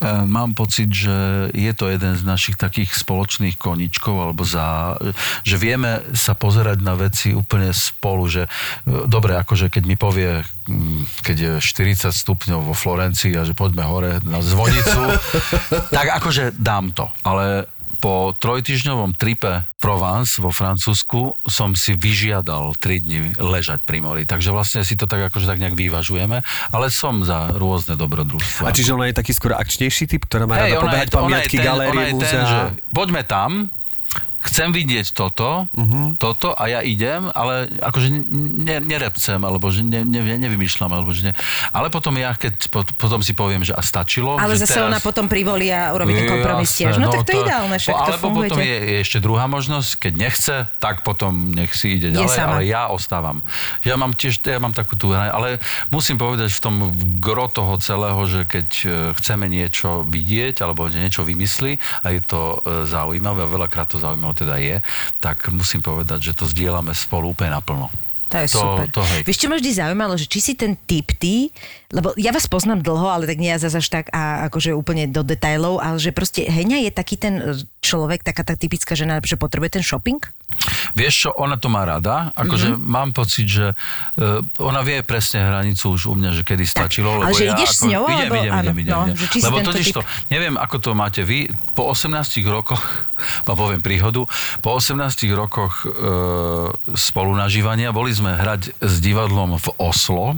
mám pocit, že je to jeden z našich takých spoločných koničkov, alebo že vieme sa pozerať na veci úplne spolu, že dobre, akože keď mi povie, keď je 40 stupňov vo Florencii a že poďme hore na zvonicu, tak akože dám to. Ale po 3-týždňovom tripe Provence vo Francúzsku som si vyžiadal 3 dni ležať pri mori. Takže vlastne si to tak akože tak nejak vyvažujeme, ale som za rôzne dobrodružstva. A čiže ona je taký skoro akčnejší typ, ktorá má rada pobehať pamiatky, galérie, múzea? Poďme tam, chcem vidieť toto a ja idem, ale akože nerepcem, alebo že nevymýšľam, alebo že ne. Ale potom ja, potom si poviem, že a stačilo. Ale že zase ona potom privolí a urobí ten kompromis tiež. No tak to je ideálne, však to alebo fungujete. potom je ešte druhá možnosť, keď nechce, tak potom nech si ide ďalej, ale ja ostávam. Ja mám takú tú, ale musím povedať v tom gro toho celého, že keď chceme niečo vidieť, alebo niečo vymyslí a je to zaujímavé, a veľakrát to zaujímavé teda je, tak musím povedať, že to zdieľame spolu úplne naplno. To je super. Vieš, čo ma vždy zaujímalo, že či si ten typ ty, lebo ja vás poznám dlho, ale tak nie ja zase až tak a akože úplne do detailov, ale že proste Heňa je taký ten človek, taká tá typická žena, že potrebuje ten shopping? Vieš čo, ona to má rada, akože mám pocit, že ona vie presne hranicu už u mňa, že kedy stačilo. Ale že ideš s ňou? Idem. Lebo totiž to, neviem, ako to máte vy, po 18 rokoch, poviem príhodu, po 18 rokoch spolunažívania boli sme hrať s divadlom v Oslo.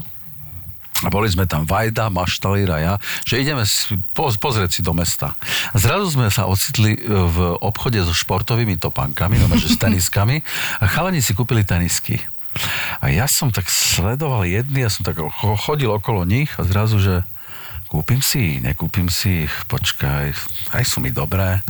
A boli sme tam Vajda, Maštalír a ja, že ideme pozrieť si do mesta. A zrazu sme sa ocitli v obchode so športovými topánkami, s teniskami a chalani si kúpili tenisky. A ja som tak sledoval jedny, ja som tak chodil okolo nich a zrazu, že nekúpim si, počkaj, aj sú mi dobré.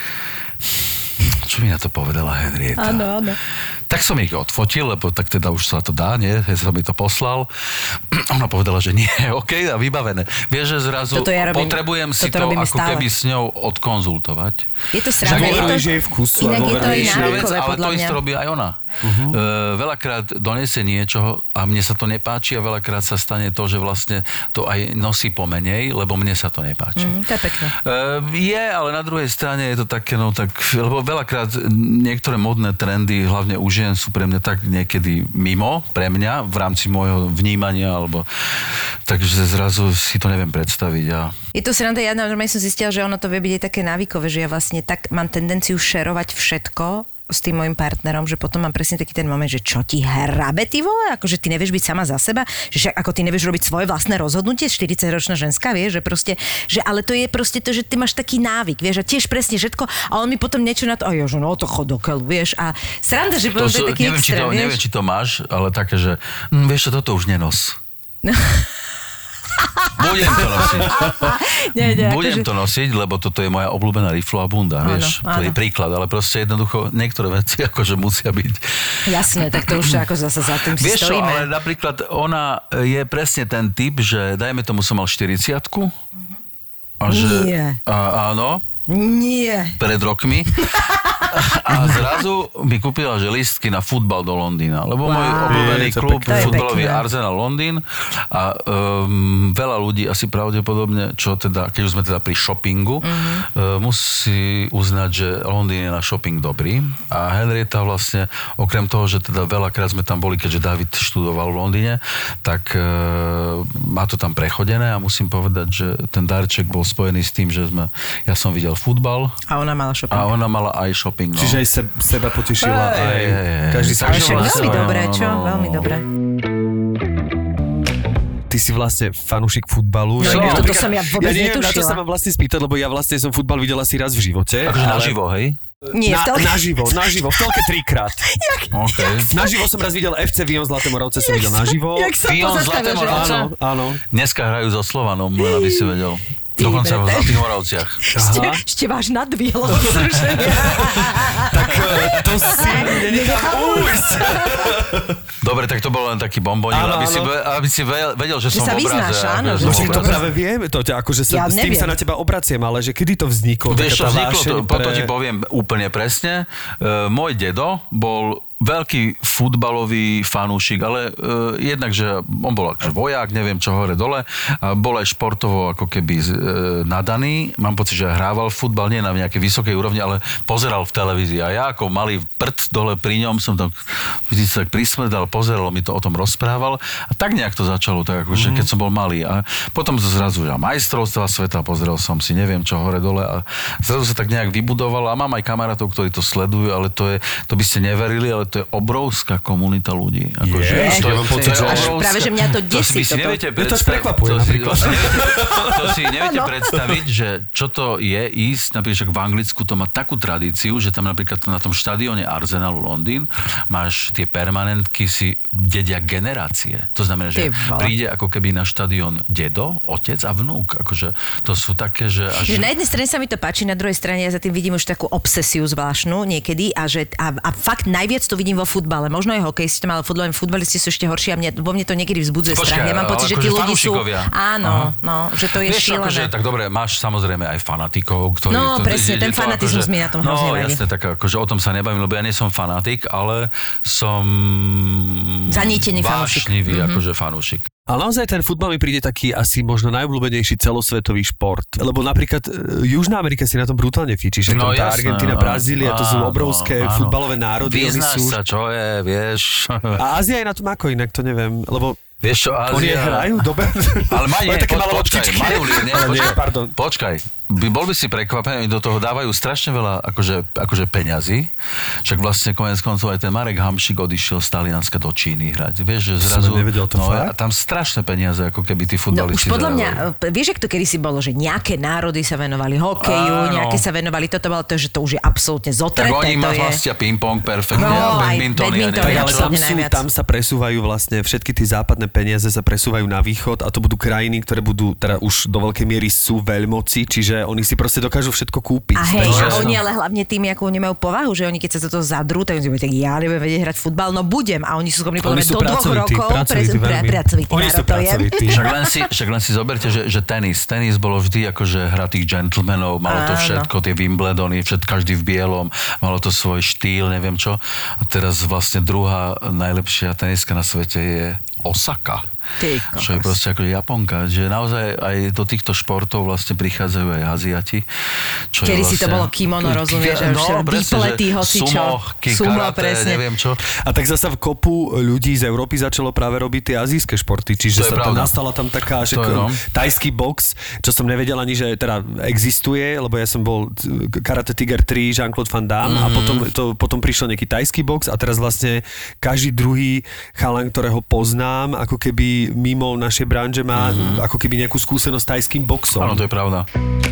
Čo mi na to povedala Henrieta? Áno. Tak som ich odfotil, lebo tak teda už sa to dá, nie? Ja som mi to poslal. Ona povedala, že nie, OK, a vybavené. Vieš, že zrazu potrebujem si to ako keby s ňou odkonzultovať. Je to sranda. Že je vkusu. Inak je to aj návykové, ale podľa to mňa. isté robí aj ona. Veľakrát donesie niečo a mne sa to nepáči a veľakrát sa stane to, že vlastne to aj nosí pomenej, lebo mne sa to nepáči. To je pekné. Ale na druhej strane je to také, lebo veľakrát niektoré modné trendy, hlavne u žien, sú pre mňa tak niekedy mimo, pre mňa, v rámci môjho vnímania, takže zrazu si to neviem predstaviť. Je to sranda, ja normálne som zistila, že ono to vie byť aj také návykové, že ja vlastne tak mám tendenciu šerovať všetko s tým môjim partnerom, že potom mám presne taký ten moment, že čo ti hrabe, ty vole? Akože ty nevieš byť sama za seba, že ako ty nevieš robiť svoje vlastné rozhodnutie, 40-ročná ženská, vieš, že proste, že ale to je proste to, že ty máš taký návyk, vieš, a tiež presne všetko, a on mi potom niečo na to, a jože, no to chod do keľu, vieš, a sranda, že to je taký extrém, vieš. Neviem, či to máš, ale také, že vieš čo, toto už nenos. Budem to nosiť. Budem to nosiť, lebo toto je moja obľúbená riflová bunda, vieš. To je príklad, ale proste jednoducho niektoré veci akože musia byť. Jasné, tak to už ako zase za tým si vieš stojíme. Vieš čo, ale napríklad ona je presne ten typ, že dajme tomu som mal 40-ku. A že, Nie. Áno. Nie. Pred rokmi. A zrazu mi kúpila, že lístky na futbal do Londýna. Lebo môj obľúbený klub futbalový Arsenal Londýn. A veľa ľudí asi pravdepodobne, čo teda, keď už sme teda pri shoppingu, musí uznať, že Londýn je na shopping dobrý. A Henrieta vlastne, okrem toho, že teda veľakrát sme tam boli, keďže David študoval v Londýne, tak má to tam prechodené a musím povedať, že ten darček bol spojený s tým, že ja som videl futbal. A ona mala shopping. A ona mala aj shopping. No. Čiže aj seba potešila. Každý sa veľmi dobré, čo? Veľmi dobré. Ty si vlastne fanúšik futbalu. Toto som ja vôbec netušila. Na to sa mám vlastne spýtať, lebo ja vlastne som futbal videl asi raz v živote. Akože naživo, hej? Nie, naživo, v telke 3-krát. Okay. Naživo som raz videl FC Vion Zlaté Moravce, som videl naživo. Vion Zlaté Moravce? Áno. Dneska hrajú so Slovanom, len aby si vedel. Dokonca v Zlatých Moravciach. Ešte váš nadvílo zrušenie. Tak to si nenechám ujsť. Dobre, tak to bol len taký bomboník, aby si vedel, že som v obraze. Áno, že to práve viem, akože s tým sa na teba obraciem, ale že kedy to vzniklo? Vieš čo vzniklo, potom ti poviem úplne presne. Môj dedo bol veľký futbalový fanúšik, ale jednak, že on bol akože vojak, neviem čo hore dole, a bol aj športovo ako keby nadaný. Mám pocit, že hrával futbal, nie na nejakej vysokej úrovni, ale pozeral v televízii. A ja ako malý prd dole pri ňom som tam vždy sa tak prismedal, pozeral, mi to o tom rozprával. A tak nejak to začalo, tak akože keď som bol malý. A potom zrazu majstrovstva sveta, pozrel som si, neviem čo hore dole a zrazu sa tak nejak vybudoval. A mám aj kamarátov, ktorí to sledujú, ale to by ste neverili, ale to je obrovská komunita ľudí. Práve, že mňa to desí. To prekvapuje napríklad. To si neviete predstaviť, že čo to je ísť, napríklad v Anglicku to má takú tradíciu, že tam napríklad na tom štadióne Arsenalu Londýn máš tie permanentky si dedia generácie. To znamená, že príde ako keby na štadión dedo, otec a vnúk. Akože to sú také, že... Že na jednej strane sa mi to páči, na druhej strane ja za tým vidím už takú obsesiu zvláštnu niekedy a fakt najviac to vidím vo futbale. Možno aj hokejistom, ale futbalisti sú ešte horší a vo mne to niekedy vzbudzuje strach. Ja mám pocit, že tí ľudí sú... Áno, no, že to je šílené. Akože, tak dobre, máš samozrejme aj fanatikov, ktorí... No, presne, ten fanatizmus mi na tom hrozne vadí. No, jasne, tak akože o tom sa nebavím, lebo ja nie som fanatik, ale som... Zanítený vášnivý akože fanúšik. Ale naozaj ten futbal mi príde taký asi možno najobľúbenejší celosvetový šport. Lebo napríklad Južná Amerika si na tom brutálne fičí. Že no, tá Argentína, Brazília, to sú obrovské futbalové národy. Vyznáš sa, čo je, vieš. A Ázia je na tom ako inak, to neviem. Lebo vieš čo, Ázia... Oni hrajú dobre. Ale počkaj, počkaj. Bol by si prekvapený, do toho dávajú strašne veľa akože peňazí. Však vlastne konec koncov aj ten Marek Hamšík odišiel z Talianska do Číny hrať. Vieš, že zrazu... a tam strašné peniaze, ako keby tí futbalisti... No už podľa mňa, vieš, ak to kedysi bolo, že nejaké národy sa venovali hokeju, nejaké sa venovali toto, ale to, že to už je absolútne zotreté. Tak oni vlastia ping-pong perfektne a badminton je ale tam sa presúvajú vlastne všetky tie západné peniaze sa presúvajú na východ a to budú krajiny, ktoré budú teda už do veľkej miery sú veľmoci, čiže oni si proste dokážu všetko kúpiť. A hej, a oni ale hlavne tým, ako oni majú povahu, že oni keď sa do toho zadrú, tak oni si budú tak, ja nebudem vedieť hrať futbal, no budem. A oni sú schopní podľa do 2 rokov pracovitý pracovití. Však len si zoberte, že tenis bolo vždy akože hra tých gentlemanov, malo to všetko, tie Wimbledony, každý v bielom, malo to svoj štýl, neviem čo. A teraz vlastne druhá najlepšia teniska na svete je Osaka. Čo je proste ako Japonka, že naozaj aj do týchto športov vlastne prichádzajú aj Aziati. Kedy vlastne, si to bolo kimono, rozumieš, že už výplety, hocičo. Sumo, karate, neviem čo. A tak zasa v kopu ľudí z Európy začalo práve robiť tie azijské športy, čiže sa tam nastala tam taká, že tajský box, čo som nevedel ani, že teda existuje, lebo ja som bol Karate Tiger 3, Jean-Claude Van Damme a potom prišiel nejaký tajský box a teraz vlastne každý druhý chalan, ktorého poznám, ako keby mimo našej branže má ako keby nejakú skúsenosť s tajským boxom. Áno, to je pravda.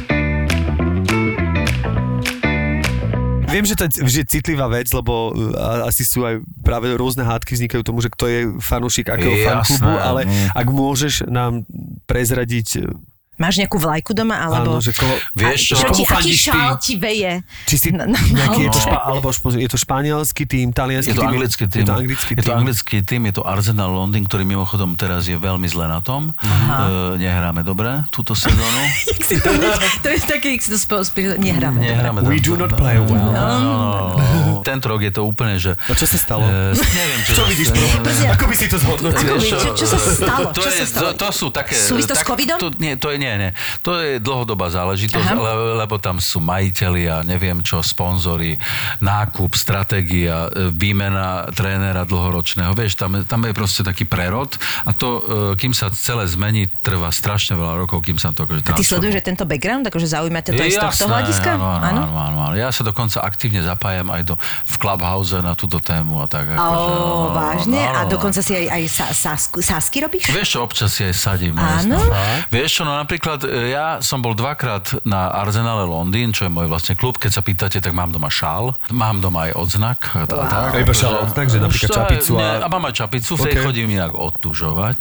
Viem, že to je citlivá vec, lebo asi sú aj práve rôzne hádky vznikajú tomu, že kto je fanúšik akého fanklubu, ale ak môžeš nám prezradiť... Máš nejakú vlajku doma, alebo... Áno, že vieš čo? Aký šál ti veje? Či si nejaký, alebo je to španielský tým, talianský tým? Je to anglický tým, je to Arsenal Londýn, ktorý mimochodom teraz je veľmi zle na tom. Nehráme dobre túto sezónu. To je také, nehráme We do not play well. No. Tento rok je to úplne, že... No čo sa stalo? Neviem, čo vidíš? Ako by si to zhodnotil? Čo sa stalo? To sú také... Súvisí to s covidom? Nie. To je dlhodobá záležitosť, lebo tam sú majitelia, neviem čo, sponzori, nákup, stratégia, výmena trénera dlhoročného. Vieš, tam je proste taký prerod a to, kým sa celé zmení, trvá strašne veľa rokov, kým sa to akože transformuje. A ty sleduješ ten background, akože zaujíma ťa to aj z tohto hľadiska? Áno. Ja sa dokonca aktívne zapájam aj v Clubhouse na túto tému a tak. Vážne? A dokonca si aj sásky robíš? Vieš čo, občas si aj sadím. Áno? Vieš čo, no napríklad ja som bol 2-krát na Arsenale Londýn, čo je môj vlastne klub. Keď sa pýtate, tak mám doma šál, mám doma aj odznak. Wow. Iba šál odznak, že napríklad čapicu a mám aj čapicu, v tej chodím inak odtužovať.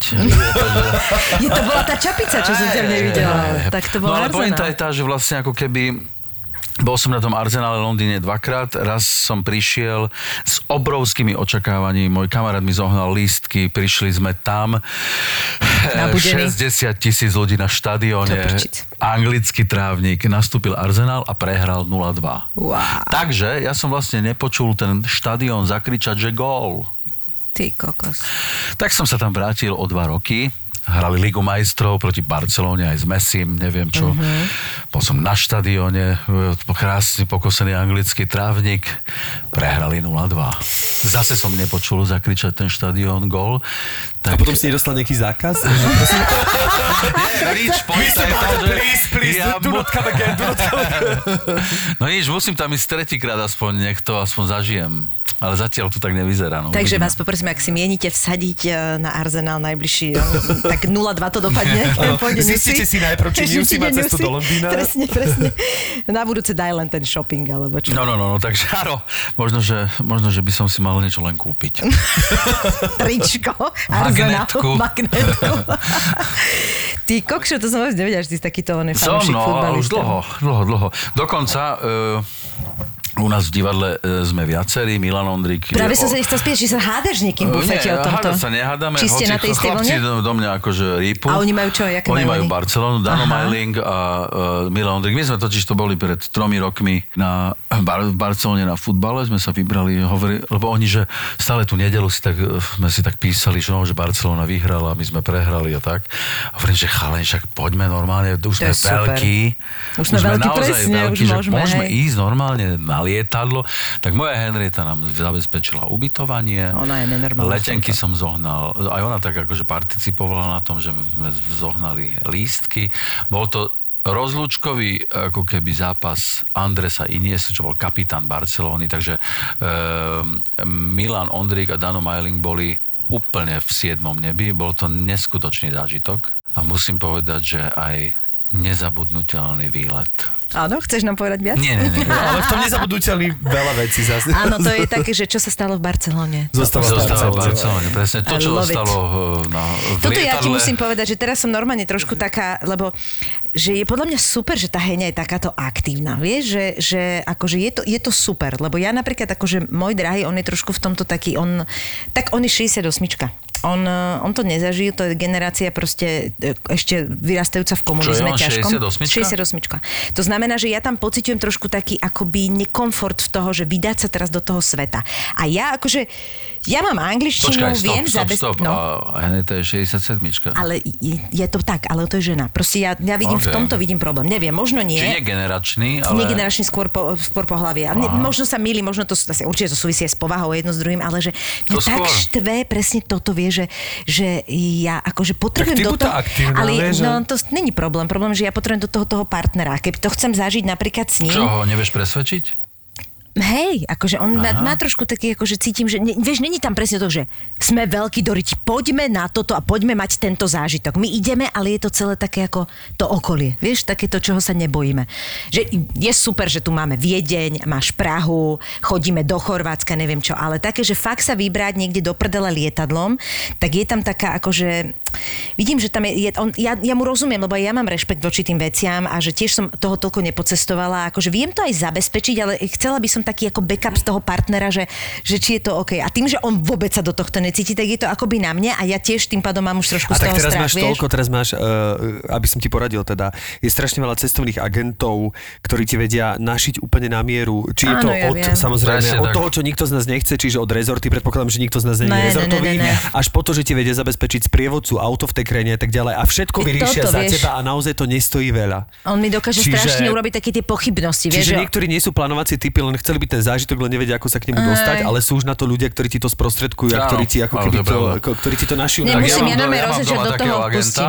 To bola tá čapica, čo som ťa nevidela. Tak to bola Arsenal. Ale pointa je tá, že vlastne ako keby Bol som na tom Arsenále Londýne dvakrát, raz som prišiel s obrovskými očakávaním, môj kamarát mi zohnal lístky, prišli sme tam, 60 000 ľudí na štadióne, anglický trávnik, nastúpil Arsenal a prehral 0-2. Wow. Takže ja som vlastne nepočul ten štadión zakričať, že gól. Ty kokos. Tak som sa tam vrátil o 2 roky. Hrali Ligu majstrov proti Barcelóne aj s Messim, neviem čo. Bol som na štadióne, krásny pokosený anglický trávnik, prehrali 0-2. Zase som nepočul zakričať ten štadión gól. Tak... A potom si nedostal nejaký zákaz? No nič, musím tam ísť tretíkrát aspoň, nech to aspoň zažijem. Ale zatiaľ to tak nevyzerá. No. Takže vás poprosím, ak si mienite vsadiť na Arsenal najbližší, tak 0-2 to dopadne. Zistite si najprv, či Newsy má cestu do Londýna. Presne. Na budúce daj len ten shopping, alebo čo. No, takže áno, možno, že by som si mal niečo len kúpiť. Tričko, Arsenal, magnetku. Ty kokšo, to som vôbec nevedela, že ty si takýto fanúšik futbalista. Dlho. Dokonca... U nás v divadle sme viacerí, Milan Ondrík. Práve som sa nechcel spýtať, či sa hádaš niekým v bufete o tomto. Nie, sa nehádame. Či ste na tej istej vlne? Chlapci do mňa akože rýpu. A oni majú čo? Jaké oni majú Barcelonu, Dano Majling a Milan Ondrík. My sme totiž to boli pred 3 rokmi v Barcelone na futbale, sme sa vybrali, lebo oni, že stále tú nedeľu sme si tak písali, že Barcelona vyhrala, my sme prehrali a tak. A hovorím, že chaleň, však poďme normálne, už sme veľkí. Už sme veľkí, presne, veľkí, že môžeme ísť normálne na lietadlo, tak moja Henrieta nám zabezpečila ubytovanie. Ona je nenormálna. Letenky som zohnal, aj ona tak akože participovala na tom, že sme zohnali lístky. Bol to rozlúčkový ako keby zápas Andresa Iniesta, čo bol kapitán Barcelóny, takže Milan Ondrík a Dano Majling boli úplne v 7. nebi. Bol to neskutočný zážitok a musím povedať, že aj nezabudnutelný výlet. Áno, chceš nám povedať viac? Nie. Ale v tom nezabudnutelný veľa vecí zase. Áno, to je také, že čo sa stalo v Barcelone. Zostáva v Barcelone, presne. To, čo zostalo v Toto lietadle. Ja ti musím povedať, že teraz som normálne trošku taká, lebo že je podľa mňa super, že tá Heňa je takáto aktívna. Vieš, že akože je to super, lebo ja napríklad akože môj drahý, on je trošku v tomto taký, on je 68-čka. On to nezažil, to je generácia proste ešte vyrastajúca v komunizme ťažkom. 68-čka? To znamená, že ja tam pociťujem trošku taký akoby nekomfort v toho, že vydať sa teraz do toho sveta. A ja akože, ja mám angličtinu, viem zabezpečiť. A Henrieta je 67-čka. Ale je to tak, ale to je žena. Proste ja vidím, v tomto vidím problém. Neviem, možno nie. Či nie generačný, ale... Nie generačný, skôr pohlavie. Možno sa mýli, možno to určite to súvisí s povahou jedno s druhým, ale že mňa tak štve presne toto, vie, že ja akože potrebujem do toho... Aktívna, ale to není problém. Problém, že ja potrebujem do toho partnera. Keď to chcem zažiť napríklad s ním... Čo, ho nevieš presvedčiť? Hej, akože on má trošku taký, akože cítim, že vieš, není tam presne to, že sme veľkí doriti, poďme na toto a poďme mať tento zážitok. My ideme, ale je to celé také ako to okolie. Vieš, takéto, čoho sa nebojíme. Že je super, že tu máme Viedeň, máš Prahu, chodíme do Chorvátska, neviem čo, ale také, že fakt sa vybrať niekde do prdele lietadlom, tak je tam taká akože... Vidím, že tam ja mu rozumiem, lebo ja mám rešpekt voči tým veciam a že tiež som toho toľko nepocestovala. Akože viem to aj zabezpečiť, ale chcela by som taký ako backup z toho partnera, že či je to OK. A tým, že on vôbec sa do tohto necíti, tak je to akoby na mne a ja tiež tým pádom mám už trošku z toho strach, vieš? Teraz máš, aby som ti poradil teda, je strašne veľa cestovných agentov, ktorí ti vedia našiť úplne na mieru. Či je to samozrejme od toho, čo nikto z nás nechce, čiže od rezorty, predpokladám, že nikto z nás nie je rezortový, až po to, že ti vedia zabezpečiť sprievodcu, auto v tej krajine a tak ďalej. A všetko vyriešia za teba a naozaj to nestojí veľa. On mi dokáže strašne urobiť také tie pochybnosti, vieš? Čiže niektorí nie sú plánovací typy, len chceli by ten zážitok, len nevedia, ako sa k nemu dostať, ale sú už na to ľudia, ktorí ti to sprostredkujú a ktorí ti ako keby ktorí ti to našiu. Nemusím, ja rozhodne do toho pustím.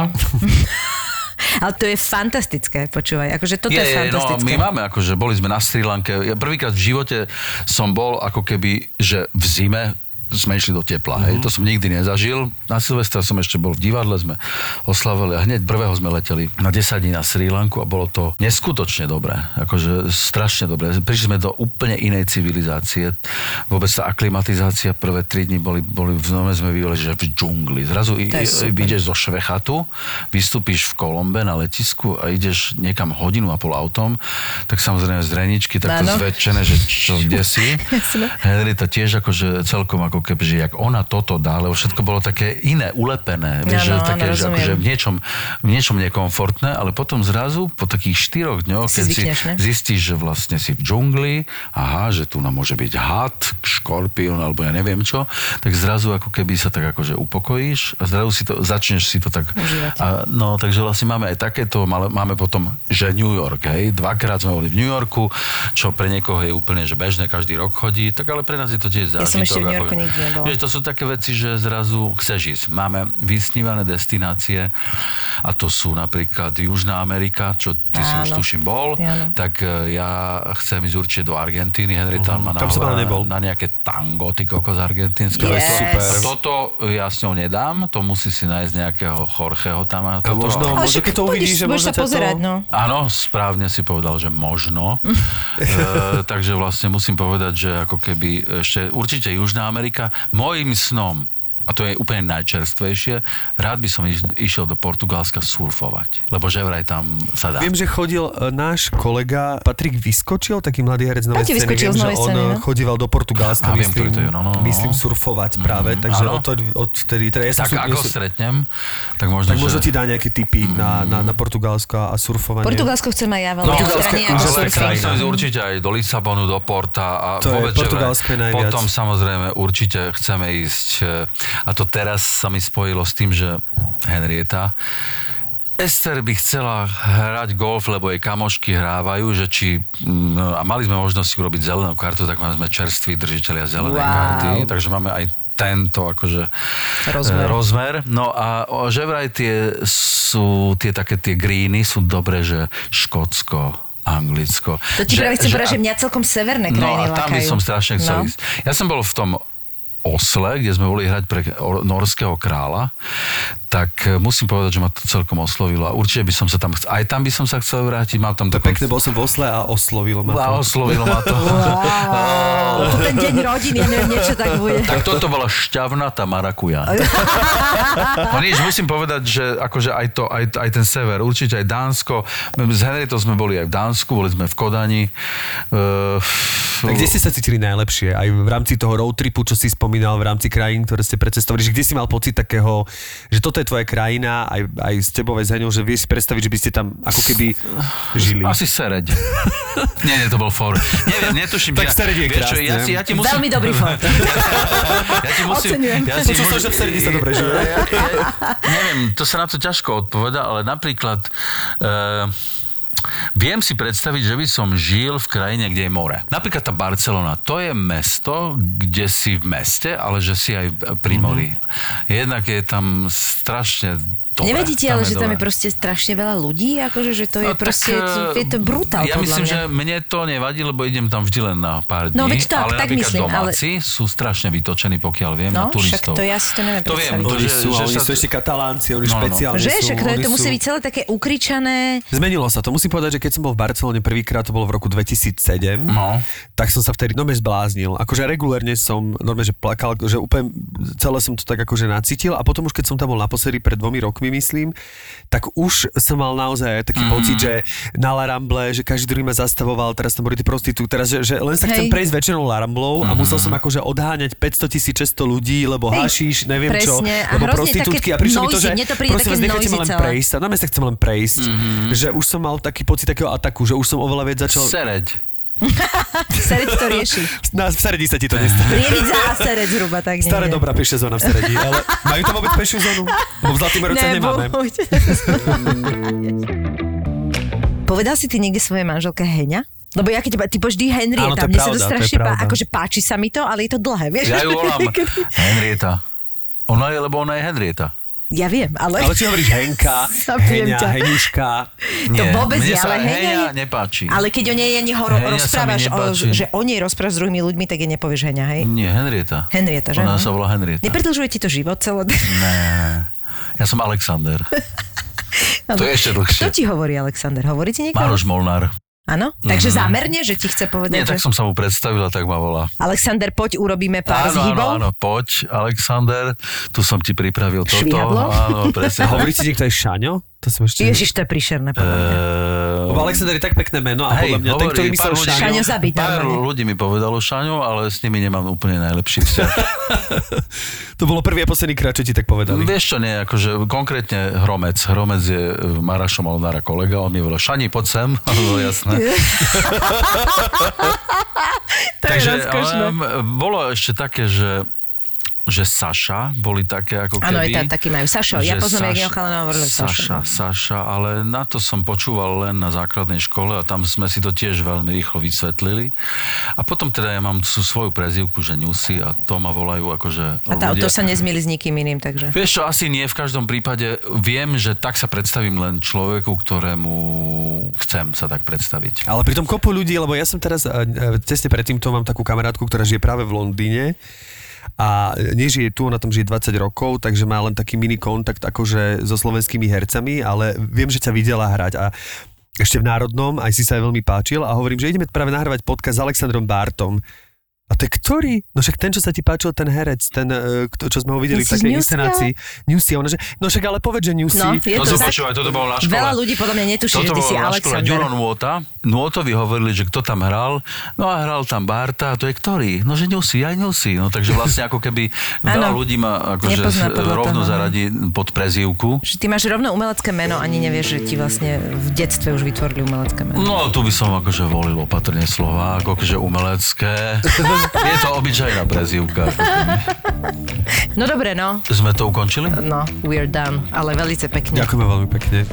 Ale to je fantastické, počúvaj. Akože toto je fantastické. No, my máme, akože boli sme na Sri Lanke. Ja prvýkrát v živote som bol ako keby, že v zime sme išli do tepla. Hej. To som nikdy nezažil. Na Silvestra som ešte bol v divadle, sme oslavili a hneď prvého sme leteli na 10 dní na Srí Lanku a bolo to neskutočne dobré. Akože strašne dobré. Prišli sme do úplne inej civilizácie. Vôbec tá aklimatizácia prvé 3 dní boli v nome sme vyvolili, že v džungli. Zrazu ideš zo Švechatu, vystúpiš v Kolombe na letisku a ideš niekam hodinu a pol autom, tak samozrejme z Dreničky, takto zväčšené, že čo, kde si. Henrieta tiež akože celkom ako keby, že jak ona toto dá, lebo všetko bolo také iné, ulepené. Vieš, že také, že akože v niečom nekomfortné, ale potom zrazu po takých 4 dňoch, keď si zistíš, že vlastne si v džungli, aha, že tu nám môže byť had, škorpión, alebo ja neviem čo, tak zrazu ako keby sa tak akože upokojíš a zrazu začneš si to tak... No, takže vlastne máme aj takéto, máme potom, že New York, hej, 2-krát sme boli v New Yorku, čo pre niekoho je úplne, že bežné, každý rok chodí, tak ale pre nás je to tiež zážitok. Ja som ešte v New Yorku nikdy nebola. To sú také veci, že zrazu chceš ísť. Máme vysnívané destinácie a to sú napríklad Južná Amerika, čo ty si už tuším bol, tak ja chcem ísť určite do Argentíny. Henrieta ma na nejaké tango, ty kokos argentínske. Yes. Toto ja s ňou nedám, to musí si nájsť nejakého Jorgeho tam. A možno keď to uvidíš, že možno sa pozerať, no. Áno, správne si povedal, že možno. Takže vlastne musím povedať, že ako keby ešte určite Južná Amerika. Mojím snom, a to je úplne najčerstvejšie, rád by som išiel do Portugalska surfovať, lebo že vraj tam sa dá. Viem, že chodil náš kolega Patrik Vyskočil, taký mladý herec Novej scény. Viem, že on chodíval do Portugalska, myslím surfovať práve, takže odvtedy... Tak ako stretnem, tak možno, ti dá nejaké tipy na Portugalsko a surfovanie. Portugalsko chcem aj ja veľmi. Chcem ísť určite aj do Lisabonu, do Porta a vôbec, Portugalsko je najviac. Potom samozrejme určite chceme ísť. A to teraz sa mi spojilo s tým, že Henrieta Ester by chcela hrať golf, lebo jej kamošky hrávajú, že a mali sme možnosť urobiť zelenú kartu, tak sme čerství držitelia zelenej karty, takže máme aj tento akože rozmer. No a že vraj tie greeny sú dobré, že Škótsko, Anglicko. To ti práve chcem povedať, že mňa celkom severné krajiny lakajú. No a tam by som strašne chcel ísť. Ja som bol v tom Osle, kde sme boli hrať pre norského kráľa, tak musím povedať, že ma to celkom oslovilo a určite by som sa tam aj tam by som sa chcel vrátiť. Mal tam pekne, bol som v Osle a oslovilo ma to. A oslovilo ma to. Wow. Ten deň rodiny, ja neviem, niečo tak bude. Tak toto bola šťavnatá marakuja. No nič, musím povedať, že akože aj ten sever, určite aj Dánsko. S Henrietou sme boli aj v Dánsku, boli sme v Kodani. Kde ste sa cítili najlepšie? Aj v rámci toho road tripu, čo si spomínal, v rámci krajín, ktoré ste precestovali, že kde si mal pocit takého, že toto je tvoja krajina, aj s tebou, aj s Heňou, že vieš si predstaviť, že by ste tam ako keby žili? Asi Sereď. Nie, to bol for. Neviem, netuším. Tak Sereď je krásne. Ja ti musím... Veľmi dobrý for. Oceňujem. Počul som, že v Seredi sa dobre žije. Neviem, to sa na to ťažko odpoveda, ale napríklad... Viem si predstaviť, že by som žil v krajine, kde je more. Napríklad tá Barcelona, to je mesto, kde si v meste, ale že si aj pri mori. Jednak je tam strašne dobre. Nevedíte, ale že tam je proste strašne veľa ľudí, akože, že to je proste, je to brutál. Ja myslím, že mne to nevadí, lebo idem tam vždy len na pár dní. No veď to, ale tak napríklad myslím, domáci sú strašne vytočení, pokiaľ viem, na turistov. No, však to ja si to neviem predstaviť. Oni sú ešte Katalánci, oni špeciálne sú. Že, však to musí byť celé také ukričané. Zmenilo sa to. Musím povedať, že keď som bol v Barcelone prvýkrát, to bolo v roku 2007, tak som sa vtedy zbláznil. Akože regulérne som normálne, že plakal, že úplne celé som to tak akože nacítil a potom už keď som tam bol naposledy pred 2 rokmi, myslím, tak už som mal naozaj taký pocit, že na La Ramble, že každý druhý ma zastavoval, teraz tam boli tí prostitúty, teraz, že len sa chcem prejsť večernou La Ramblou a musel som akože odháňať 500 600 ľudí, lebo hašíš, neviem čo, lebo prostitútky a prišlo mi to, že prosím vás, nechajte ma len prejsť, a normálne sa chcem len prejsť, že už som mal taký pocit takého ataku, že už som oveľa viac začal... Sereď. Sereď to rieši. V Seredi sa ti to nestane. Prievidza a Sereď zhruba tak nie. Staré dobrá pešia zóna v Seredi, ale majú tam vôbec pešiu zónu? Lebo v Zlatýmorove nemáme. Povedal si ty niekde svojej manželke Heňa? Lebo ja keď ty povieš Henrieta, mne sa to strašne akože páči sa mi to, ale je to dlhé, vieš? Ja ju volám Henrieta. Lebo ona je Henrieta. Ja viem, ale... Ale či hovoríš Henka, Heňa, Heňuška? To vôbec mne nie, sa ale Heňa nepáči. Ale keď o nej rozprávaš, že o nej rozprávaš s druhými ľuďmi, tak jej nepovieš Heňa, hej? Nie, Henrieta. Henrieta, že? Ona sa volá Henrieta. Nepredĺžuje ti to život celé? Ne, ja som Alexander. To je ešte dlhšie. Kto ti hovorí, Alexander? Hovorí ti niekoho? Maroš Molnár. Áno? Takže zámerne, že ti chce povedať, Nie, tak som sa mu predstavila, tak ma volá. Alexander, poď, urobíme pár zhybov. Áno, poď, Alexander, tu som ti pripravil toto. Švihadlo? Áno, presne. Hovorí ti niekto aj Šaňo? To som ešte... Ježiš, to je príšerné, podľa mňa. Lebo Alexander je tak pekné meno a podľa mňa ten, ktorý myslel Šaňo zabiť. Pár ľudí mi povedalo Šaňo, ale s nimi nemám úplne najlepší vzťah. To bolo prvý a posledný krát, čo ti tak povedali. Vieš čo, nie, akože konkrétne Hromec. Hromec je Marašo Molnára kolega, on mi volal, Šani, poď sem. No, jasné. Takže bolo ešte také, že Saša boli také ako keby... Áno, taký majú. Sašo, ja poznám, jak jeho chalana hovorili Saša, ale na to som počúval len na základnej škole a tam sme si to tiež veľmi rýchlo vysvetlili. A potom teda ja mám svoju prezývku, že Ňusi a to ma volajú akože ľudia. To sa nezmýli s nikým iným, takže... Vieš čo, asi nie, v každom prípade viem, že tak sa predstavím len človeku, ktorému chcem sa tak predstaviť. Ale pri tom kopu ľudí, lebo ja som teraz tesne predtým to mám takú kamarátku, ktorá žije práve v Londýne. A nežije tu, ona tam žije 20 rokov, takže má len taký mini kontakt akože so slovenskými hercami, ale viem, že ťa videla hrať a ešte v Národnom, aj si sa aj veľmi páčil a hovorím, že ideme práve nahrávať podcast s Alexandrom Bartom. A to je ktorý? No však ten, čo sa ti páčil, ten herec, ten, čo sme ho videli v takej inscenácii. Newsy, ona že, no však ale povedz, že Newsy. No, je to tak. Toto bolo na škole. Veľa ľudí podľa mňa netuší, že ty si Alexander. Ďuro Nôtovi hovorili, že kto tam hral, no a hral tam Barta, a to je ktorý? No že Newsy, aj Newsy. No takže vlastne ako keby veľa ľudí ma akože rovno zaradí pod prezývku. Že ty máš rovno umelecké meno, ani nevieš, že ti vlastne v detstve už vytvorili umelecké meno. No tu by som akože volil opatrne slova, akože umelecké. Je to obyčajná prezývka. No dobre, no. Sme to ukončili? No, we're done, ale veľmi pekne. Ďakujeme veľmi pekne.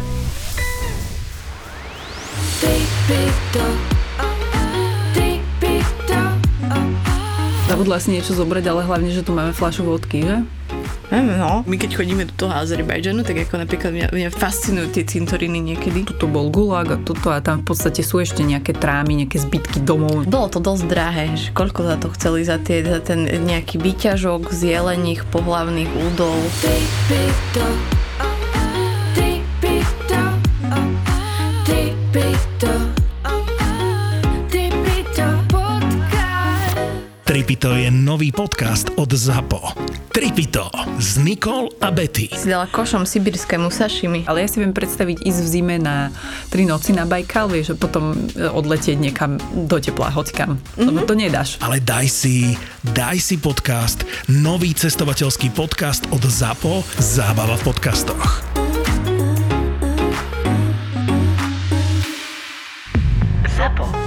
Zabudla si niečo zobrať, ale hlavne, že tu máme fľašu vodky, že? No, my keď chodíme do toho Azerbajdžanu, tak ako napríklad mňa fascinujú tie cintoriny niekedy. Tuto bol gulag a toto a tam v podstate sú ešte nejaké trámy, nejaké zbytky domov. Bolo to dosť drahé, že koľko za to chceli za ten nejaký výťažok z jelených pohlavných údov. Tripito je nový podcast od ZAPO. Tripito s Nikol a Betty. Si dala košom sibirskému sašimi. Ale ja si viem predstaviť ísť v zime na 3 noci na Bajkal, vieš, a potom odletieť niekam do tepla, hocikam. Lebo to nedáš. Ale daj si podcast, nový cestovateľský podcast od ZAPO, zábava v podcastoch. ZAPO.